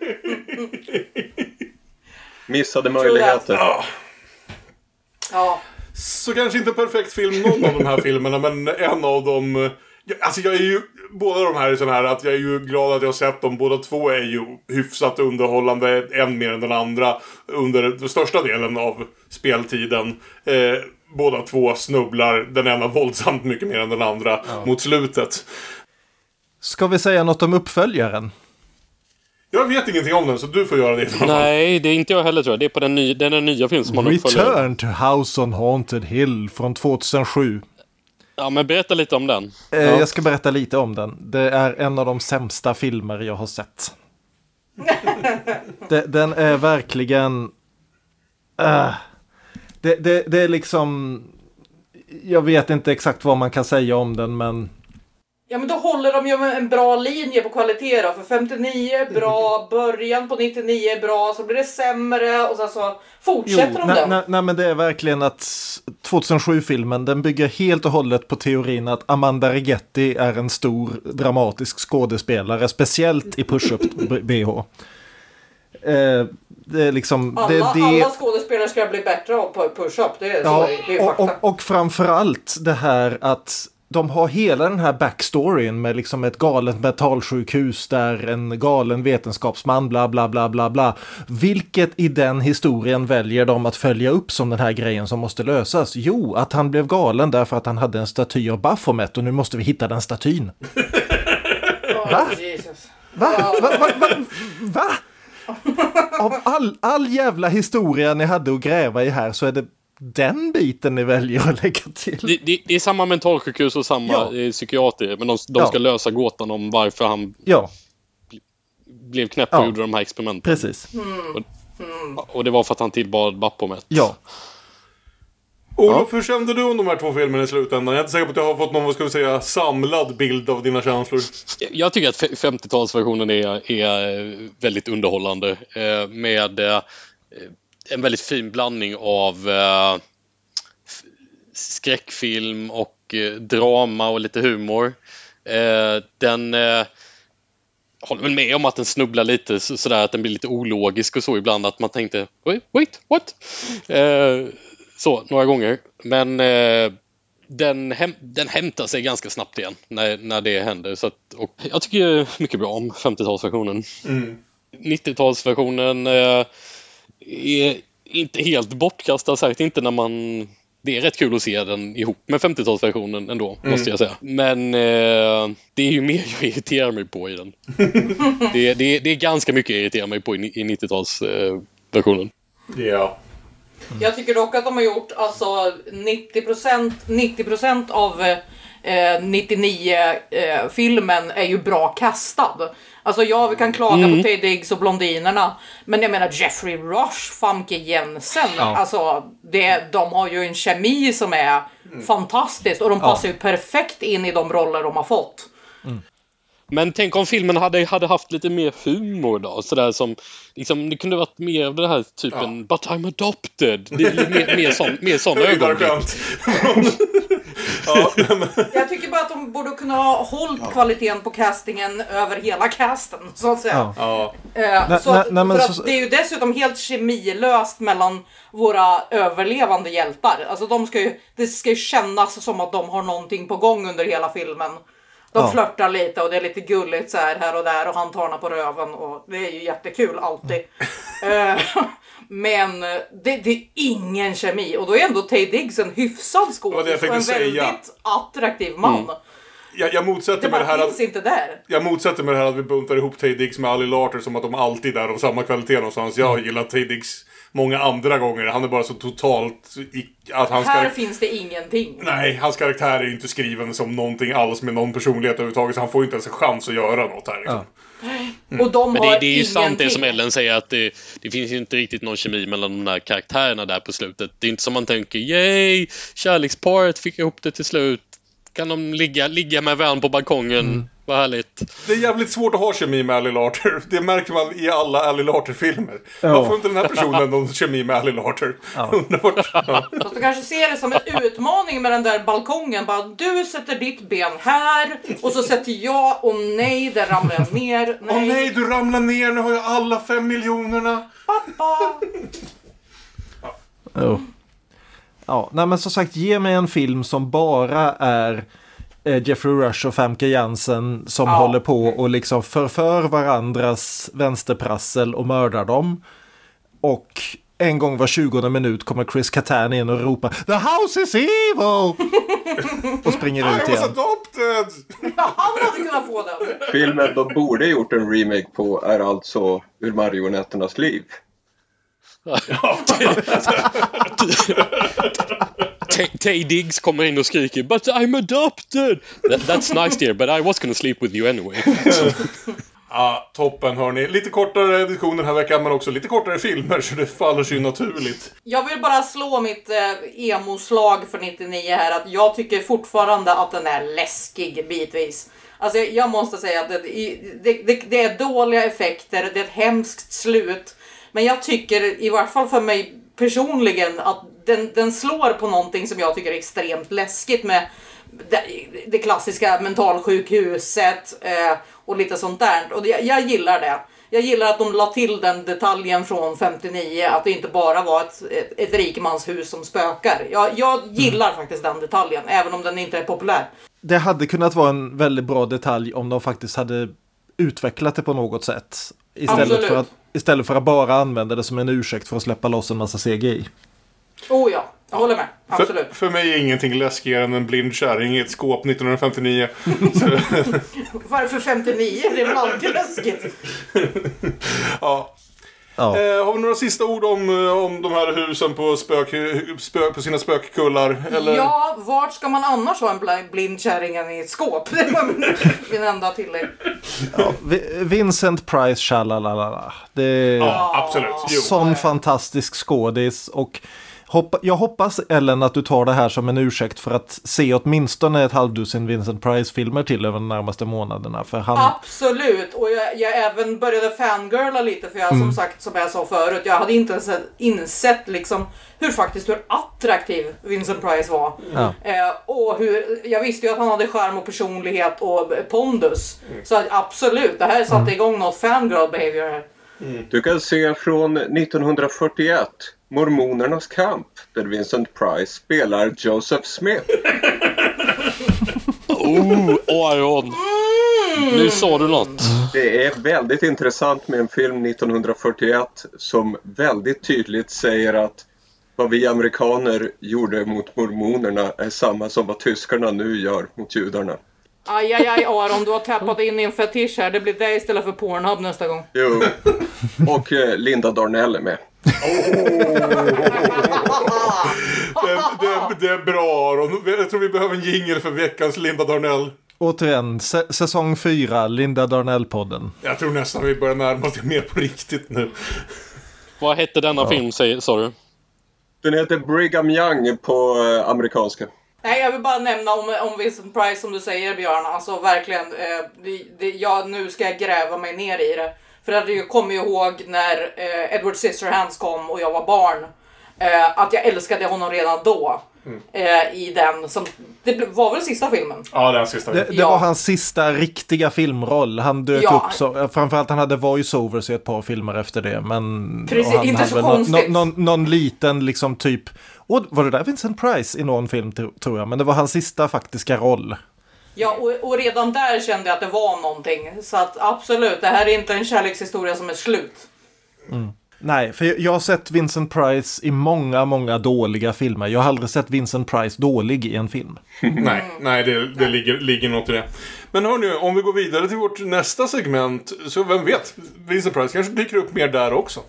Missade möjligheter. Ja. Ja. Så kanske inte perfekt film någon av de här filmerna, men en av dem. Alltså jag är ju, båda de här är sån här att jag är ju glad att jag har sett dem. Båda två är ju hyfsat underhållande, en mer än den andra under den största delen av speltiden. Eh, båda två snubblar, den ena våldsamt mycket mer än den andra ja. mot slutet. Ska vi säga något om uppföljaren? Jag vet ingenting om den, så du får göra det. Nej, det är inte jag heller, tror jag. Det är på den, ny, den är nya film som man uppföljer. Return to House on Haunted Hill från tvåtusensju. Ja, men berätta lite om den. Eh, ja. Jag ska berätta lite om den. Det är en av de sämsta filmer jag har sett. det, den är verkligen... Uh, det, det, det är liksom... Jag vet inte exakt vad man kan säga om den, men... Ja, men då håller de ju en bra linje på kvalitet då. För femtionio är bra, början på nittionio är bra, så blir det sämre och sen så fortsätter jo, de nej, då. Nej, nej, men det är verkligen att tvåtusensju-filmen, den bygger helt och hållet på teorin att Amanda Rigetti är en stor dramatisk skådespelare, speciellt i push-up-B H. Eh, det är liksom, alla, det, det... alla skådespelare ska bli bättre av på push-up, det är, ja, så, det är fakta. Och, och, och framförallt det här att de har hela den här backstoryn med liksom ett galet mentalsjukhus där en galen vetenskapsman bla bla bla bla bla. Vilket i den historien väljer de att följa upp som den här grejen som måste lösas? Jo, att han blev galen därför att han hade en staty av Baphomet och nu måste vi hitta den statyn. Va? Va? Va? Va? Va? Va? Va? Av all, all jävla historia ni hade att gräva i här så är det den biten ni väljer att lägga till. Det, det, det är samma mentalsjukhus och samma ja. psykiater, men de, de ska ja. lösa gåtan om varför han ja. ble, blev knäpp och ja. gjorde de här experimenten. Precis. Mm. Och, och det var för att han tillbad Baphomet. Ja. Olof, ja. hur kände du om de här två filmerna i slutändan? Jag är inte säker på att jag har fått någon, vad ska vi säga, samlad bild av dina känslor. Jag tycker att femtiotalsversionen är, är väldigt underhållande eh, med eh, en väldigt fin blandning av eh, skräckfilm och eh, drama och lite humor. Eh, den eh, håller väl med om att den snubblar lite så, sådär att den blir lite ologisk och så ibland att man tänkte wait, wait what? Eh, så, några gånger. Men eh, den, häm- den hämtar sig ganska snabbt igen när, när det händer. Så att, och jag tycker mycket bra om femtiotalsversionen. Mm. nittiotalsversionen eh, är, inte helt bortkastad, särskilt inte när man... Det är rätt kul att se den ihop med femtiotalsversionen ändå, mm. måste jag säga. Men eh, det är ju mer jag irriterar mig på i den. det, det, det är ganska mycket jag irriterar mig på i, i nittiotalsversionen. Ja. Yeah. Mm. Jag tycker dock att de har gjort alltså nittio procent av eh, nittionio-filmen eh, är ju bra kastad. Alltså jag kan klaga mm. på Taye Diggs och blondinerna, men jag menar Jeffrey Rush, Famke Jensen, ja. Alltså det, de har ju en kemi som är mm. fantastisk och de passar ja. ju perfekt in i de roller de har fått. Mm. Men tänk om filmen hade, hade haft lite mer humor då, sådär som liksom, det kunde varit mer av det här typen ja. But I'm adopted. Det är mer, mer, sån, mer såna ögonblick. Ja, jag tycker bara att de borde kunna ha hållit ja. kvaliteten på castingen över hela casten, så att säga. Ja. Uh, så att, nej, nej, för att så... det är ju dessutom helt kemilöst mellan våra överlevande hjältar. Alltså de ska ju, det ska ju kännas som att de har någonting på gång under hela filmen. De ja. flörtar lite och det är lite gulligt så här, här och där och han tar på röven och det är ju jättekul alltid. uh, Men det, det är ingen kemi. Och då är ändå Taye Diggs en hyfsad skådis och en säga. väldigt attraktiv man. Mm. Jag, jag motsätter det med det här finns att, inte där. Jag motsätter med det här att vi buntar ihop Taye Diggs med Ali Larter som att de alltid är av samma kvalitet någonstans. Jag har gillat Taye Diggs många andra gånger. Han är bara så totalt... Att hans här kar- finns det ingenting. Nej, hans karaktär är inte skriven som någonting alls med någon personlighet överhuvudtaget. Så han får inte ens en chans att göra något här liksom. Ja. Mm. Och de men har det, det är ju ingenting. sant det som Ellen säger, att det, det finns ju inte riktigt någon kemi mellan de här karaktärerna där på slutet. Det är inte som man tänker, yay, kärleksparet fick ihop det till slut. Kan de ligga, ligga med varandra på balkongen? Mm. Vad härligt. Det är jävligt svårt att ha kemi med Ali Larter. Det märker man i alla Ali Larter-filmer. Oh. Varför inte den här personen någon kemi med Ali Larter? Oh. Ja. Fast du kanske ser det som en utmaning med den där balkongen. Bara, du sätter ditt ben här och så sätter jag, och nej, där ramlar jag ner. Åh nej. Oh, nej, du ramlar ner. Nu har jag alla fem miljonerna. Pappa! Ja. Oh. Ja, nej men som sagt, ge mig en film som bara är Jeffrey Rush och Famke Janssen som ja. håller på och liksom förför varandras vänsterprassel och mördar dem. Och en gång var tjugonde minut kommer Chris Kattan in och ropar The house is evil! Och springer ut igen. I was adopted! Ja, han hade kunnat få den. Filmen de borde gjort en remake på är alltså Ur marionetternas liv. Taye Diggs kommer in och skriker But I'm adopted. That, That's nice dear, but I was gonna sleep with you anyway. Ja, toppen hörni. Lite kortare edition den här veckan, men också lite kortare filmer, så det faller sig naturligt. Jag vill bara slå mitt eh, emo-slag för nittionio här, att jag tycker fortfarande att den är läskig bitvis. Alltså jag måste säga att det, det, det, det är dåliga effekter, det är ett hemskt slut. Men jag tycker, i varje fall för mig personligen, att den, den slår på någonting som jag tycker är extremt läskigt med det, det klassiska mentalsjukhuset eh, och lite sånt där. Och det, jag gillar det. Jag gillar att de la till den detaljen från femtionio, att det inte bara var ett, ett, ett rikemanshus som spökar. Jag, jag gillar mm. faktiskt den detaljen, även om den inte är populär. Det hade kunnat vara en väldigt bra detalj om de faktiskt hade utvecklat det på något sätt. Istället för, att, istället för att bara använda det som en ursäkt för att släppa loss en massa C G I. Oh ja, jag håller med. Absolut. För, för mig är ingenting läskigare än en blind kärring i ett skåp nittonhundrafemtionio. Varför femtionio? Det är väl alltid läskigt. Ja. Ja. Eh, har vi några sista ord om, om de här husen på, spök, spök, på sina spökkullar? Eller? Ja, vart ska man annars ha en blind kärringen i ett skåp? Det var min, min enda tillägg. Ja, Vincent Price, tjalalala. Det är ja, absolut. Jo. Sån fantastisk skådis. Och hoppa, jag hoppas, Ellen, att du tar det här som en ursäkt för att se åtminstone ett halvdussin Vincent Price-filmer till över de närmaste månaderna. För han... Absolut, och jag, jag även började fangirla lite, för jag mm. som sagt, som jag sa förut, jag hade inte ens insett liksom hur faktiskt hur attraktiv Vincent Price var. Ja. Eh, och hur, jag visste ju att han hade charm och personlighet och pondus. Mm. Så absolut, det här satte mm. igång något fangirl behavior här. Mm. Du kan se från nittonhundrafyrtioett Mormonernas kamp, där Vincent Price spelar Joseph Smith. Oh, Aron. Mm. Nu sa du något. Det är väldigt intressant med en film nittonhundrafyrtioett som väldigt tydligt säger att vad vi amerikaner gjorde mot mormonerna är samma som vad tyskarna nu gör mot judarna. Aj, aj, aj, Aron, du har tappat in i en fetisch här. Det blir det istället för Pornhub nästa gång. Jo, och eh, Linda Darnell är med. Oh. det, det, det är bra, Aron. Jag tror vi behöver en jingle för veckans Linda Darnell. Återigen, s- säsong fyra, Linda Darnell-podden. Jag tror nästan vi börjar närma oss det mer på riktigt nu. Vad hette denna Ja. film, säger, sa du? Den heter Brigham Young på eh, amerikanska. Nej, jag vill bara nämna om, om Vincent Price som du säger, Björn. Alltså verkligen, eh, det, det, ja, nu ska jag gräva mig ner i det. För att jag kommer ju ihåg när eh, Edward Scissorhands kom och jag var barn. Eh, att jag älskade honom redan då. Mm. Eh, I den som, det var väl sista filmen? Ja, den sista filmen. Det, det ja. var hans sista riktiga filmroll. Han dök Ja. upp så, framförallt han hade voiceovers i ett par filmer efter det. Men, Precis, och han inte hade så väl konstigt. Någon, någon, någon liten liksom typ, och var det där Vincent Price i någon film tror jag, men det var hans sista faktiska roll. Ja, och, och redan där kände jag att det var någonting. Så att absolut, det här är inte en kärlekshistoria som är slut. Mm. Nej, för jag har sett Vincent Price i många, många dåliga filmer. Jag har aldrig sett Vincent Price dålig i en film. nej, nej, det, det ligger, ligger något i det. Men hörni, om vi går vidare till vårt nästa segment, så vem vet, Vincent Price kanske dyker upp mer där också.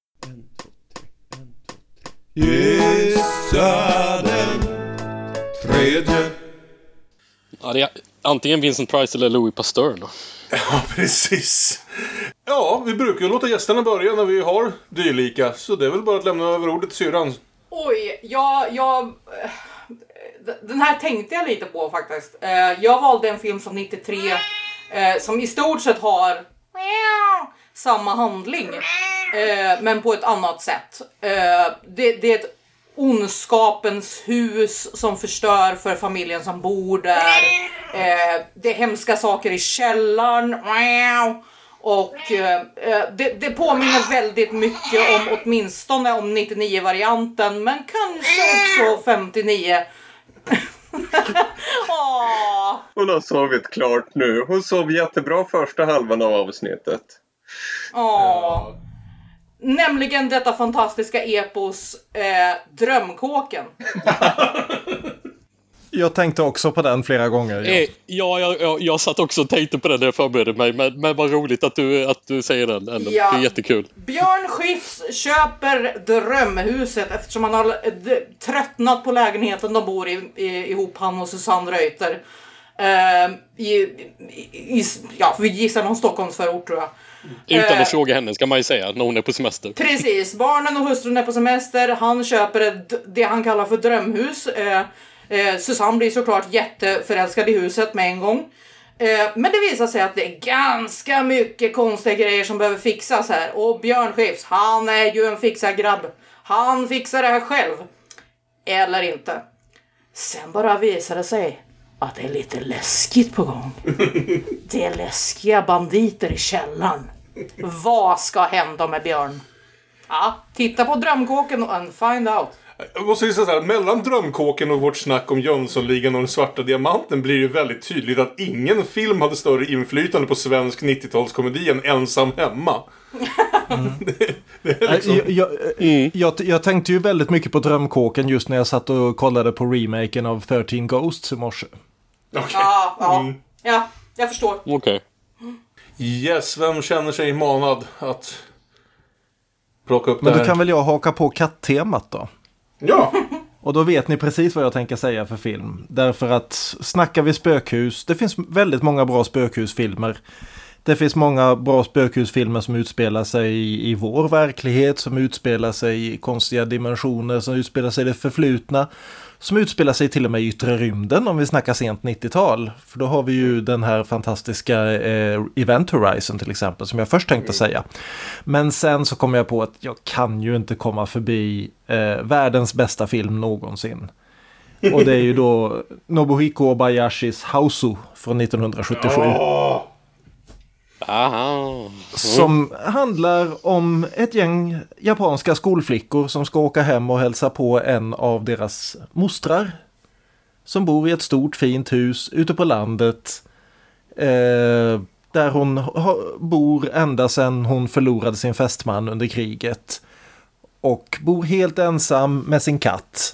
Gissa den tredje. Ja, det är antingen Vincent Price eller Louis Pasteur då. Ja, precis. Ja, vi brukar ju låta gästerna börja när vi har dylika. Så det är väl bara att lämna över ordet till syrran. Oj, jag, jag... Den här tänkte jag lite på faktiskt. Jag valde en film från nittiotre som i stort sett har samma handling. Men på ett annat sätt. Det, det är ett ondskapens hus som förstör för familjen som bor där. Det är hemska saker i källaren. Och eh, det, det påminner väldigt mycket om, åtminstone om nittionio-varianten, men kanske också femtionio. Åh. Hon har sovit klart nu. Hon sov jättebra första halvan av avsnittet. Åh. Nämligen detta fantastiska epos eh, Drömkåken. Jag tänkte också på den flera gånger. Ja, eh, ja jag, jag, jag satt också och tänkte på den när jag förberedde mig. Men, men vad roligt att du, att du säger den, Ellen. Ja. Det är jättekul. Björn Skifs köper drömhuset eftersom han har d- tröttnat på lägenheten de bor i, i ihop, han och Susanne Reuter. Uh, i, i, i, ja, vi gissar någon Stockholmsförort tror jag. Utan uh, att fråga henne ska man ju säga när hon är på semester. Precis, barnen och hustrun är på semester. Han köper ett, det han kallar för drömhus. Uh, Eh, Susanne blir såklart jätteförälskad i huset med en gång. Eh, men det visar sig att det är ganska mycket konstiga grejer som behöver fixas här. Och Björn Skifs, han är ju en fixargrabb. Han fixar det här själv. Eller inte. Sen bara visar det sig att det är lite läskigt på gång. Det är läskiga banditer i källaren. Vad ska hända med Björn? Ja, titta på Drömkåken and find out. Jag måste säga så här, mellan Drömkåken och vårt snack om Jönssonligan och den svarta diamanten blir det väldigt tydligt att ingen film hade större inflytande på svensk nittiotalskomedi än Ensam hemma. Mm. det, det är liksom... jag, jag, mm. jag, jag tänkte ju väldigt mycket på Drömkåken just när jag satt och kollade på remaken av thirteen Ghosts i morse. Okay. Ja, ja. Mm. ja, jag förstår. Okej. Okay. Yes, vem känner sig manad att plocka upp Men det här? då kan väl jag haka på katttemat då? Ja. Och då vet ni precis vad jag tänker säga för film. Därför att snackar vi spökhus, det finns väldigt många bra spökhusfilmer. Det finns många bra spökhusfilmer som utspelar sig i, i vår verklighet, som utspelar sig i konstiga dimensioner, som utspelar sig i det förflutna, som utspelar sig till och med i yttre rymden om vi snackar sent nittiotal. För då har vi ju den här fantastiska eh, Event Horizon till exempel, som jag först tänkte säga. Men sen så kom jag på att jag kan ju inte komma förbi eh, världens bästa film någonsin. Och det är ju då Nobuhiko Obayashis Hausu från nittonhundrasjuttiosju. Oh! Aha. Mm. Som handlar om ett gäng japanska skolflickor som ska åka hem och hälsa på en av deras mostrar. Som bor i ett stort fint hus ute på landet. Eh, där hon ha, bor ända sedan hon förlorade sin fästman under kriget. Och bor helt ensam med sin katt.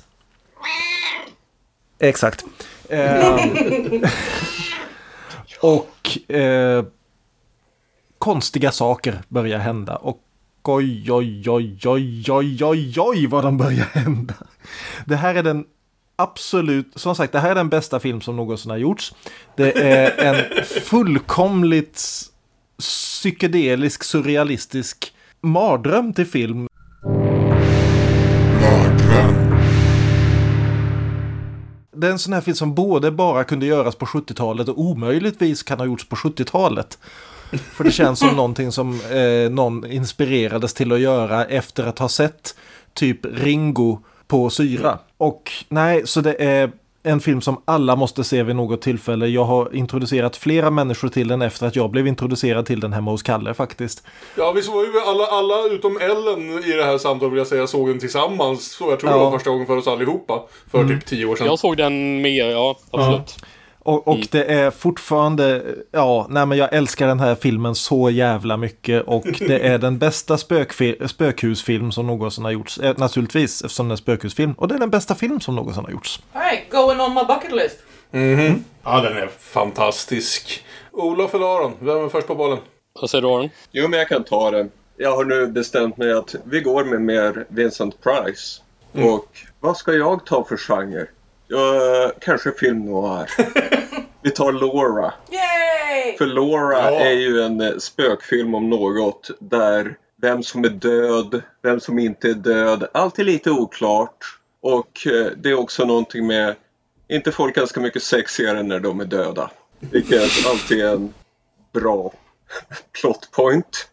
Exakt. Eh, och eh, konstiga saker börjar hända. Och oj, oj, oj, oj, oj, oj, oj, vad de börjar hända. Det här är den absolut, som sagt, det här är den bästa film som någonsin har gjorts. Det är en fullkomligt psykedelisk, surrealistisk mardröm till film. Det är en sån här film som både bara kunde göras på sjuttiotalet och omöjligtvis kan ha gjorts på sjuttiotalet. För det känns som någonting som eh, någon inspirerades till att göra efter att ha sett typ Ringo på syra. Och nej, så det är en film som alla måste se vid något tillfälle. Jag har introducerat flera människor till den efter att jag blev introducerad till den hemma hos Kalle faktiskt. Ja, vi såg ju alla, alla utom Ellen i det här samtalet, vill jag säga, såg den tillsammans. Så jag tror ja. det var första gången för oss allihopa. För mm. typ tio år sedan. Jag såg den med, ja, absolut. Ja. Och, och mm. det är fortfarande, ja, nej men jag älskar den här filmen så jävla mycket. Och det är den bästa spökfi- spökhusfilm som någonsin har gjorts. Eh, naturligtvis, eftersom det är en spökhusfilm. Och det är den bästa film som någonsin har gjorts. Hey, going on my bucket list. Mm-hmm. Ja, den är fantastisk. Olof eller Aron, vem är först på bollen? Vad säger du, Aron? Jo, men jag kan ta den. Jag har nu bestämt mig att vi går med mer Vincent Price. Mm. Och vad ska jag ta för genre? Ja, kanske film noir. Vi tar Laura. Yay! För Laura ja. är ju en spökfilm om något där vem som är död, vem som inte är död, allt är lite oklart. Och det är också någonting med, inte folk ganska mycket sexigare när de är döda. Vilket alltid är en bra plot point.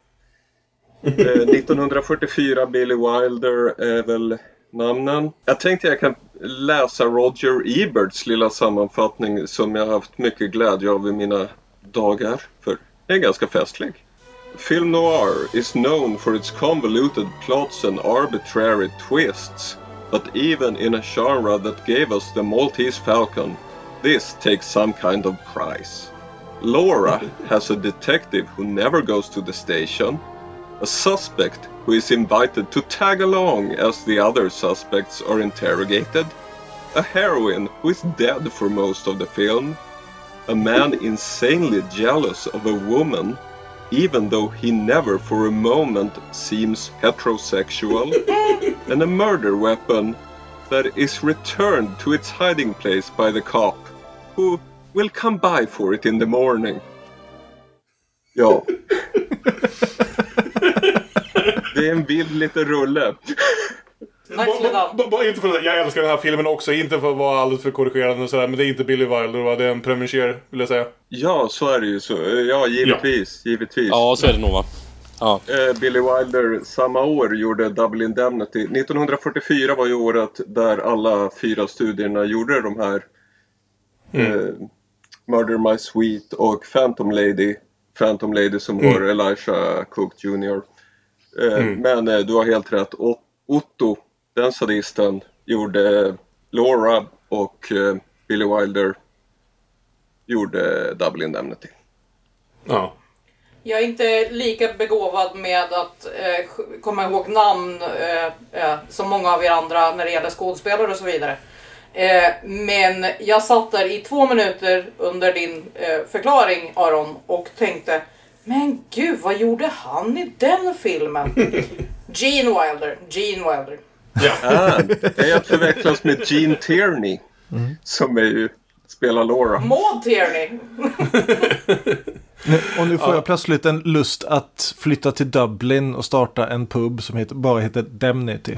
eh, nittonhundrafyrtiofyra Billy Wilder är väl namnen. Jag tänkte jag kan läsa Roger Eberts lilla sammanfattning som jag har haft mycket glädje av i mina dagar. För det är ganska festlig. Film noir is known for its convoluted plots and arbitrary twists. But even in a genre that gave us the Maltese Falcon, this takes some kind of prize. Laura has a detective who never goes to the station. A suspect who is invited to tag along as the other suspects are interrogated. A heroine who is dead for most of the film. A man insanely jealous of a woman, even though he never for a moment seems heterosexual. And a murder weapon that is returned to its hiding place by the cop, who will come by for it in the morning. Ja. Det är en vild liten rulle. Bara inte för det. Jag älskar den här filmen också. Inte för att vara alldeles för korrigerande och sådär. Men det är inte Billy Wilder, va? Det är en premiär, vill jag säga. Ja, så är det ju. Så. Ja, givetvis. Ja. givetvis. Ja, så är det nog, va? Ja. Eh, Billy Wilder samma år gjorde Double Indemnity. nittonhundrafyrtiofyra var ju året där alla fyra studierna gjorde de här. Mm. Eh, Murder My Sweet och Phantom Lady. Phantom Lady som mm. har Elijah Cook junior Eh, mm. Men eh, du har helt rätt. O- Otto, den sadisten, gjorde Laura och eh, Billy Wilder gjorde Double Indemnity. Ja. Jag är inte lika begåvad med att eh, komma ihåg namn eh, eh, som många av er andra när det gäller skådespelare och så vidare. Eh, men jag satt där i två minuter under din eh, förklaring, Aron, och tänkte, men gud, vad gjorde han i den filmen? Gene Wilder, Gene Wilder. Ja, ah, det är att förväxlas med Gene Tierney, mm. som är ju spelar Laura. Maud Tierney. Och nu får ja. jag plötsligt en lust att flytta till Dublin och starta en pub som heter, bara heter Demnity.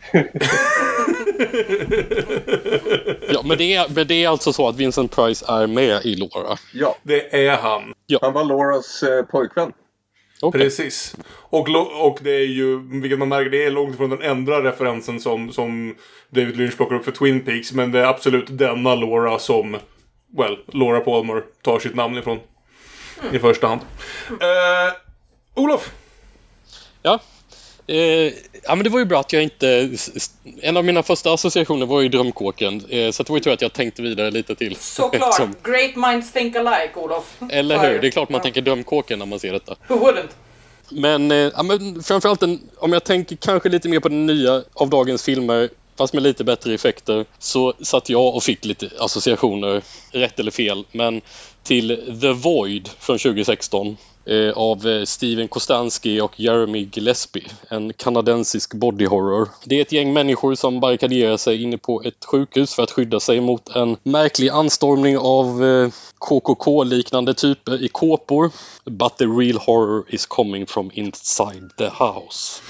Ja, men det, är, men det är alltså så att Vincent Price är med i Laura. Ja, det är han. Ja. Han var Lauras eh, pojkvän. Okay. Precis. Och, och det är ju, vilket man märker, det är långt ifrån den enda referensen som, som David Lynch plockar upp för Twin Peaks. Men det är absolut denna Laura som, well, Laura Palmer tar sitt namn ifrån. Mm. I första hand. Mm. Uh, Olof! Ja. Eh, ja, men det var ju bra att jag inte... En av mina första associationer var ju drömkåken. Eh, så det var ju tur att jag tänkte vidare lite till. Såklart. Som... Great minds think alike, Olof. Eller hur? Det är klart man ja. tänker drömkåken när man ser detta. Who wouldn't? Men, eh, ja, men framförallt en, om jag tänker kanske lite mer på den nya av dagens filmer, fast med lite bättre effekter, så satt jag och fick lite associationer, rätt eller fel, men till The Void från tjugo sexton eh, av Steven Kostanski och Jeremy Gillespie, en kanadensisk body horror. Det är ett gäng människor som barrikaderar sig inne på ett sjukhus för att skydda sig mot en märklig anstormning av eh, K K K-liknande typer i kåpor. But the real horror is coming from inside the house.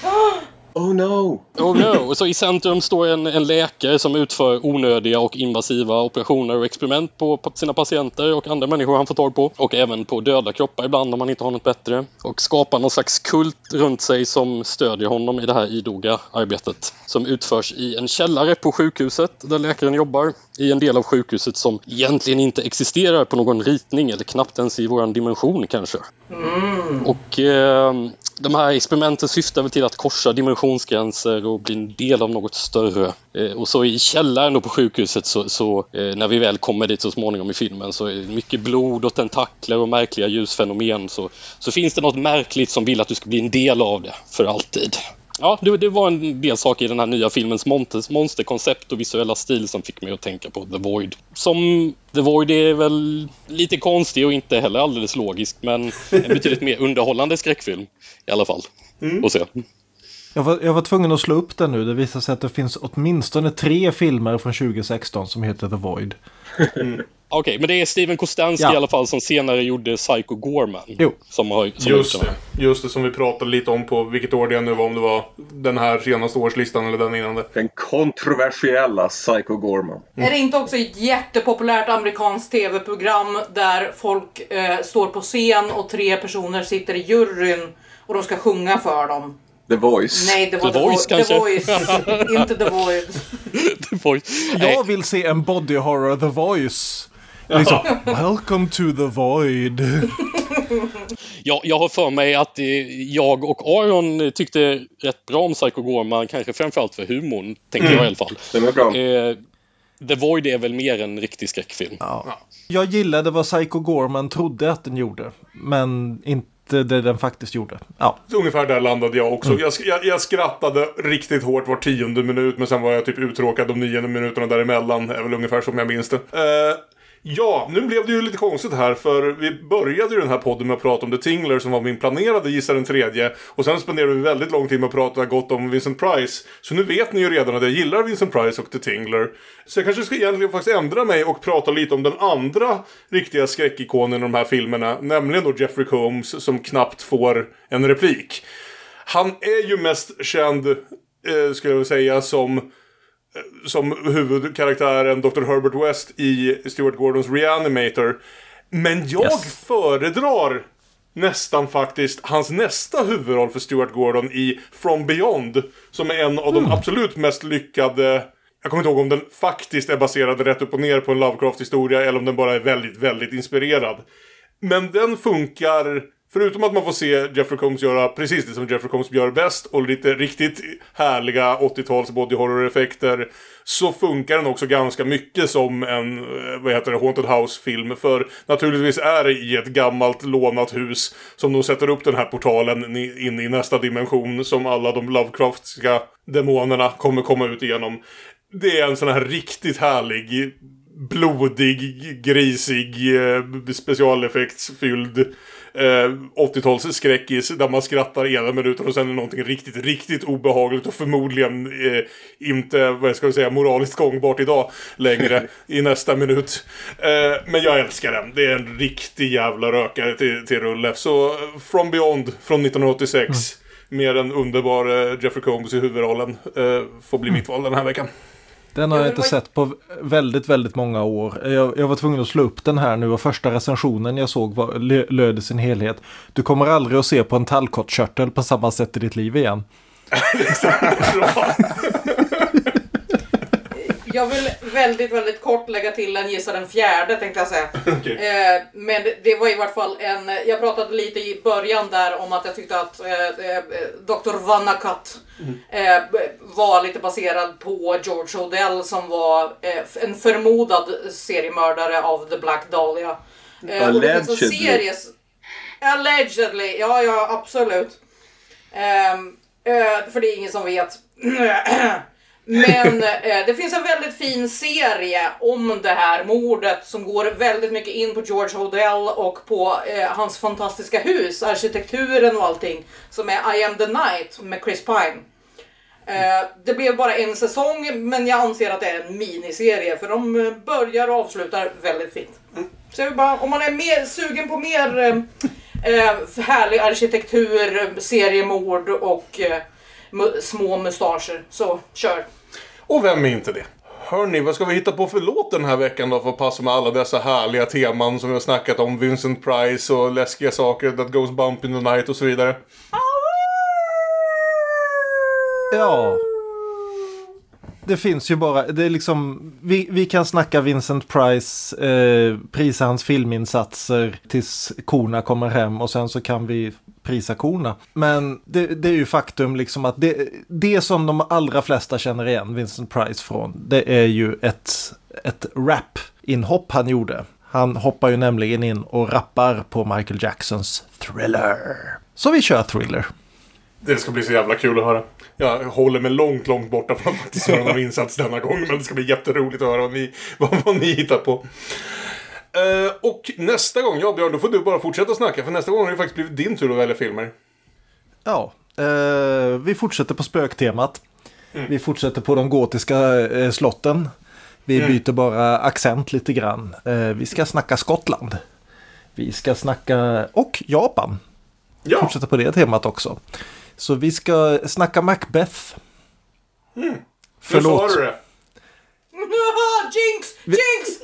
Oh no! Oh no! Och så i centrum står en, en läkare som utför onödiga och invasiva operationer och experiment på, på sina patienter och andra människor han får tag på. Och även på döda kroppar ibland om man inte har något bättre. Och skapar någon slags kult runt sig som stödjer honom i det här idoga arbetet. Som utförs i en källare på sjukhuset där läkaren jobbar. I en del av sjukhuset som egentligen inte existerar på någon ritning eller knappt ens i våran dimension kanske. Mm. Och eh, de här experimenten syftar väl till att korsa dimensionsgränser och bli en del av något större. Eh, och så i källaren på sjukhuset så, så eh, när vi väl kommer dit så småningom i filmen så är det mycket blod och tentakler och märkliga ljusfenomen. Så, så finns det något märkligt som vill att du ska bli en del av det för alltid. Ja, det, det var en del saker i den här nya filmens monsters, monsterkoncept och visuella stil som fick mig att tänka på The Void. Som The Void är väl lite konstig och inte heller alldeles logisk, men en betydligt mer underhållande skräckfilm i alla fall. Mm. Och se. Jag var, jag var tvungen att slå upp den nu. Det visar sig att det finns åtminstone tre filmer från tjugo sexton som heter The Void. Mm. Okej, okay, men det är Steven Kostanski ja. i alla fall som senare gjorde Psycho Gorman. Jo. Som har, som just det. Just det, som vi pratade lite om på vilket år det nu var, om det var den här senaste årslistan eller den innan det. Den kontroversiella Psycho Gorman. Mm. Är det inte också ett jättepopulärt amerikanskt tv-program där folk eh, står på scen och tre personer sitter i juryn och de ska sjunga för dem? The Voice. Nej, det var The, The Voice, Vo- The Voice. Inte The Void. The Voice. Jag vill se en body horror The Voice. Liksom, welcome to the void. Ja, jag har för mig att eh, jag och Aron tyckte rätt bra om Psycho Gorman, kanske framförallt för humorn, tänker mm. jag i alla fall. Det var bra. Eh, The Void är väl mer en riktig skräckfilm. Ja. Jag gillade vad Psycho Gorman trodde att den gjorde, men inte det den faktiskt gjorde. Ja. Ungefär där landade jag också. Mm. Jag, jag, jag skrattade riktigt hårt var tionde minut, men sen var jag typ uttråkad de nionde minuterna däremellan. Det är väl ungefär som jag minns det. Uh, ja, nu blev det ju lite konstigt här, för vi började ju den här podden med att prata om The Tingler som var min planerade gissa den tredje, och sen spenderade vi väldigt lång tid med att prata gott om Vincent Price. Så nu vet ni ju redan att jag gillar Vincent Price och The Tingler. Så jag kanske ska egentligen faktiskt ändra mig och prata lite om den andra riktiga skräckikonen i de här filmerna, nämligen då Jeffrey Combs, som knappt får en replik. Han är ju mest känd, eh, skulle jag vilja säga, som som huvudkaraktären doktor Herbert West i Stuart Gordons Reanimator. Men jag yes. föredrar nästan faktiskt hans nästa huvudroll för Stuart Gordon i From Beyond, som är en av mm. de absolut mest lyckade. Jag kommer inte ihåg om den faktiskt är baserad rätt upp och ner på en Lovecraft-historia eller om den bara är väldigt, väldigt inspirerad. Men den funkar. Förutom att man får se Jeffrey Combs göra precis det som Jeffrey Combs gör bäst och lite riktigt härliga åttio-tals body horror-effekter, så funkar den också ganska mycket som en, vad heter det, Haunted House-film. För naturligtvis är det i ett gammalt lånat hus som de sätter upp den här portalen in i nästa dimension som alla de Lovecraftska demonerna kommer komma ut igenom. Det är en sån här riktigt härlig, blodig, grisig, specialeffektsfylld Eh, åttio-tals skräckis där man skrattar ena minuten och sen är någonting riktigt, riktigt obehagligt och förmodligen eh, inte, vad ska jag säga, moraliskt gångbart idag längre i nästa minut. Eh, men jag älskar den. Det är en riktig jävla rökare till, till rulle. Så From Beyond från nittonhundraåttiosex mm. med en underbar eh, Jeffrey Combs i huvudrollen eh, får bli mm. mitt val den här veckan. Den har jag inte sett på väldigt, väldigt många år. Jag, jag var tvungen att slå upp den här nu och första recensionen jag såg var, löd i sin helhet. Du kommer aldrig att se på en tallkottkörtel på samma sätt i ditt liv igen. Jag vill väldigt, väldigt kort lägga till en gissa den fjärde tänkte jag säga. Okay. Eh, men det, det var i vart fall en... Jag pratade lite i början där om att jag tyckte att eh, doktor Vanakat mm. eh, var lite baserad på George Odell som var eh, en förmodad seriemördare av The Black Dahlia. Eh, Allegedly. Och det series, allegedly, ja ja absolut. Eh, eh, för det är ingen som vet. Men eh, det finns en väldigt fin serie om det här mordet som går väldigt mycket in på George Odell och på eh, hans fantastiska hus, arkitekturen och allting, som är I Am the Night med Chris Pine. Eh, det blev bara en säsong, men jag anser att det är en miniserie för de börjar och avslutar väldigt fint. Så jag vill bara, om man är mer sugen på mer eh, härlig arkitektur, seriemord och eh, små mustascher, så kör. Och vem är inte det? Hörrni, vad ska vi hitta på för låt den här veckan då för att passa med alla dessa härliga teman som vi har snackat om, Vincent Price och läskiga saker, That Goes Bump in the Night och så vidare? Ja. Det finns ju bara, det är liksom, vi, vi kan snacka Vincent Price, eh, prisa hans filminsatser tills korna kommer hem och sen så kan vi prisa korna. Men det, det är ju faktum liksom att det, det som de allra flesta känner igen Vincent Price från, det är ju ett, ett rap-inhopp han gjorde. Han hoppar ju nämligen in och rappar på Michael Jacksons Thriller. Så vi kör Thriller. Det ska bli så jävla kul att höra. Jag håller mig långt, långt borta från att faktiskt göra någon insats denna gång. Men det ska bli jätteroligt att höra vad ni, vad, vad ni hittar på. Uh, och nästa gång, ja Björn, då får du bara fortsätta snacka. För nästa gång har det faktiskt blivit din tur att välja filmer. Ja, uh, vi fortsätter på spöktemat. Mm. Vi fortsätter på de gotiska uh, slotten. Vi mm. byter bara accent lite grann. Uh, vi ska snacka Skottland. Vi ska snacka... Och Japan. Ja. Fortsätter på det temat också. Så vi ska snacka Macbeth. Mm. Förlåt. Nu sa du det. Jinx! Jinx!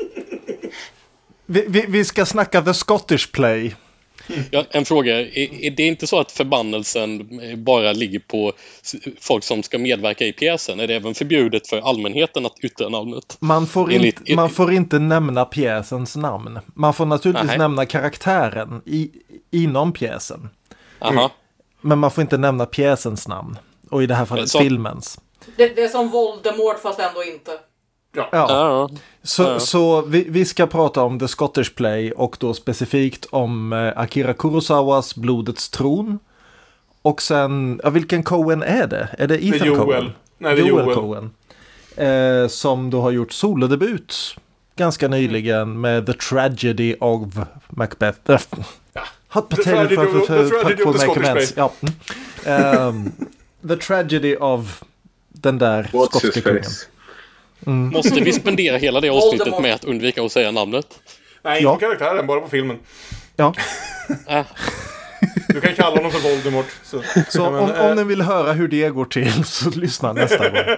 Vi, vi, vi ska snacka The Scottish Play. Ja, en fråga. Är, är det inte så att förbannelsen bara ligger på folk som ska medverka i pjäsen? Är det även förbjudet för allmänheten att yttra namnet? Man får, Enligt, in, man får inte nämna pjäsens namn. Man får naturligtvis aha. nämna karaktären i, inom pjäsen. Aha. Men man får inte nämna pjäsens namn. Och i det här fallet så, filmens. Det, det är som Voldemort fast ändå inte. Ja. Ja. Ja. Så, ja. så vi, vi ska prata om The Scottish Play och då specifikt om eh, Akira Kurosawas Blodets tron. Och sen, ja, vilken Coen är det? Är det Ethan det är Joel. Coen? Nej, det är Joel, Joel. Coen. Eh, som då har gjort solodebut ganska nyligen mm. med The Tragedy of Macbeth. Ja. Hot potato the for, för, för, för, för Macbeth. Ja. um, The Tragedy of den där skotska kungen. Mm. Måste vi spendera hela det avsnittet med att undvika att säga namnet? Nej, ja. inte på karaktären, bara på filmen. Ja. äh. Du kan kalla honom för Voldemort. Så, så ja, men, om, äh... om ni vill höra hur det går till så lyssna nästa gång.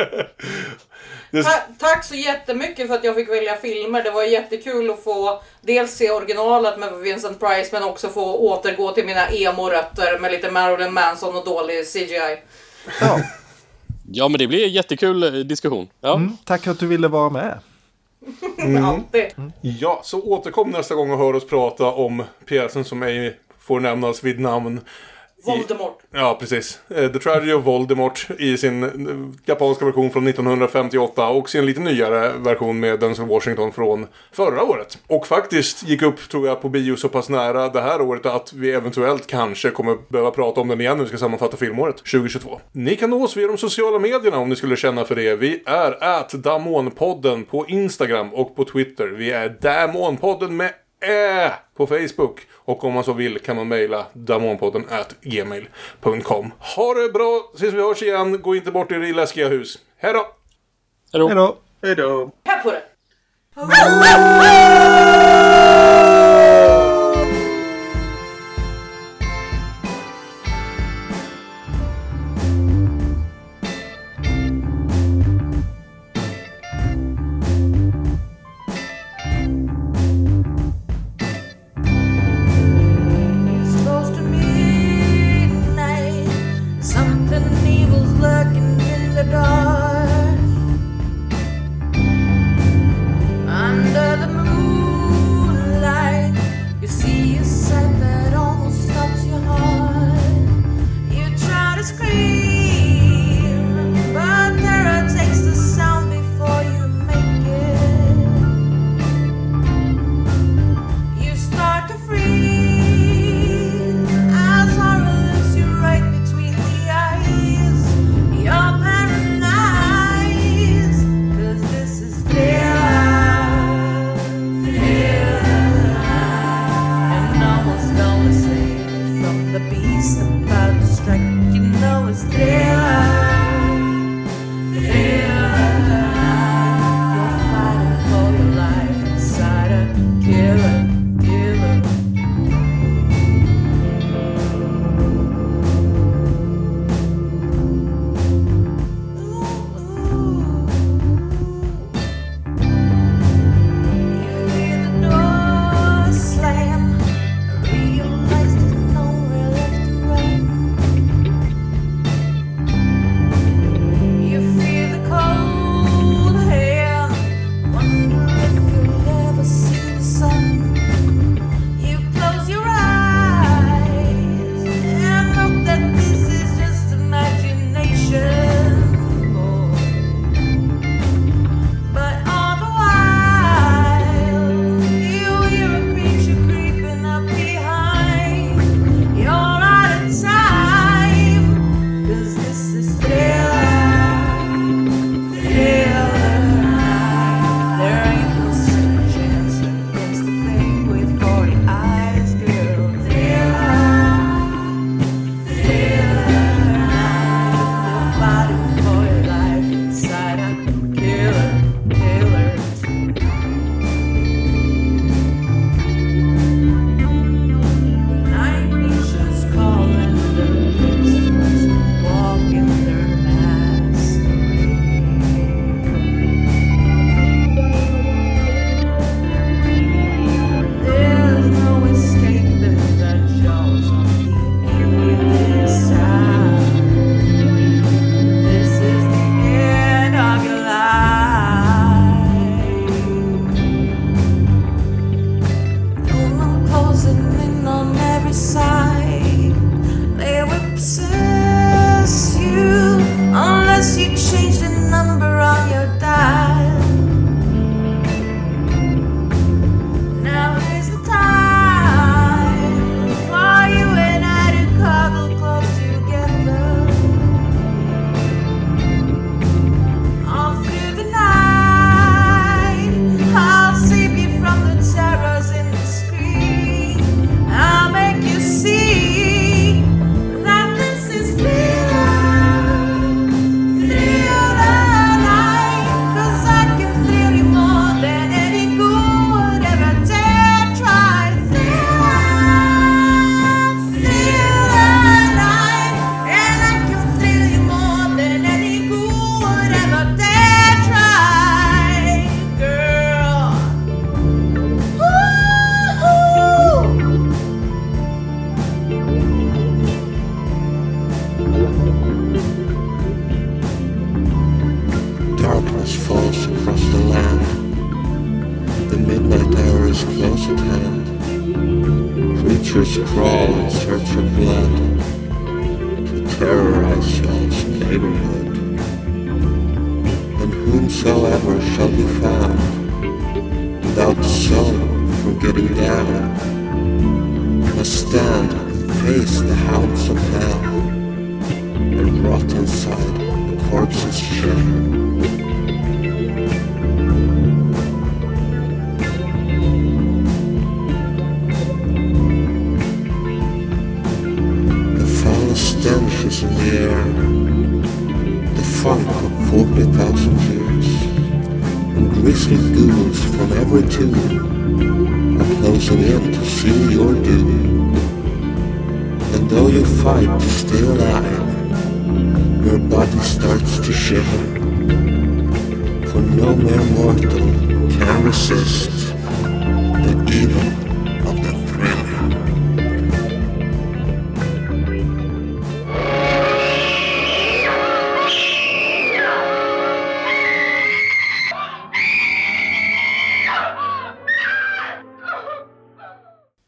Ta- tack så jättemycket för att jag fick välja filmer. Det var jättekul att få dels se originalet med Vincent Price men också få återgå till mina emo-rötter med lite Marilyn Manson och dålig C G I. Ja. Ja, men det blir en jättekul diskussion. Ja. Mm, tack att du ville vara med. Mm. Alltid. Mm. Ja, så återkom nästa gång och hör oss prata om pjäsen som ej får nämnas vid namn. Voldemort. I, ja, precis. The Tragedy of Voldemort i sin japanska version från nittonhundrafemtioåtta och sin lite nyare version med Denzel Washington från förra året. Och faktiskt gick upp, tror jag, på bio så pass nära det här året att vi eventuellt kanske kommer behöva prata om den igen när vi ska sammanfatta filmåret tjugohundratjugotvå. Ni kan nå oss via de sociala medierna om ni skulle känna för det. Vi är at Damonpodden på Instagram och på Twitter. Vi är Damonpodden med Äh, på Facebook. Och om man så vill kan man mejla damonpodden at gmail punkt com. Ha det bra, tills vi hörs igen. Gå inte bort i det läskiga hus. Hej då! Hej då! Hej då! Här på det! Something evil's lurking in the dark. from the beast about to strike. You know it's thriller, thriller. You're fighting for your life inside a killer, killer. For no mere mortal can resist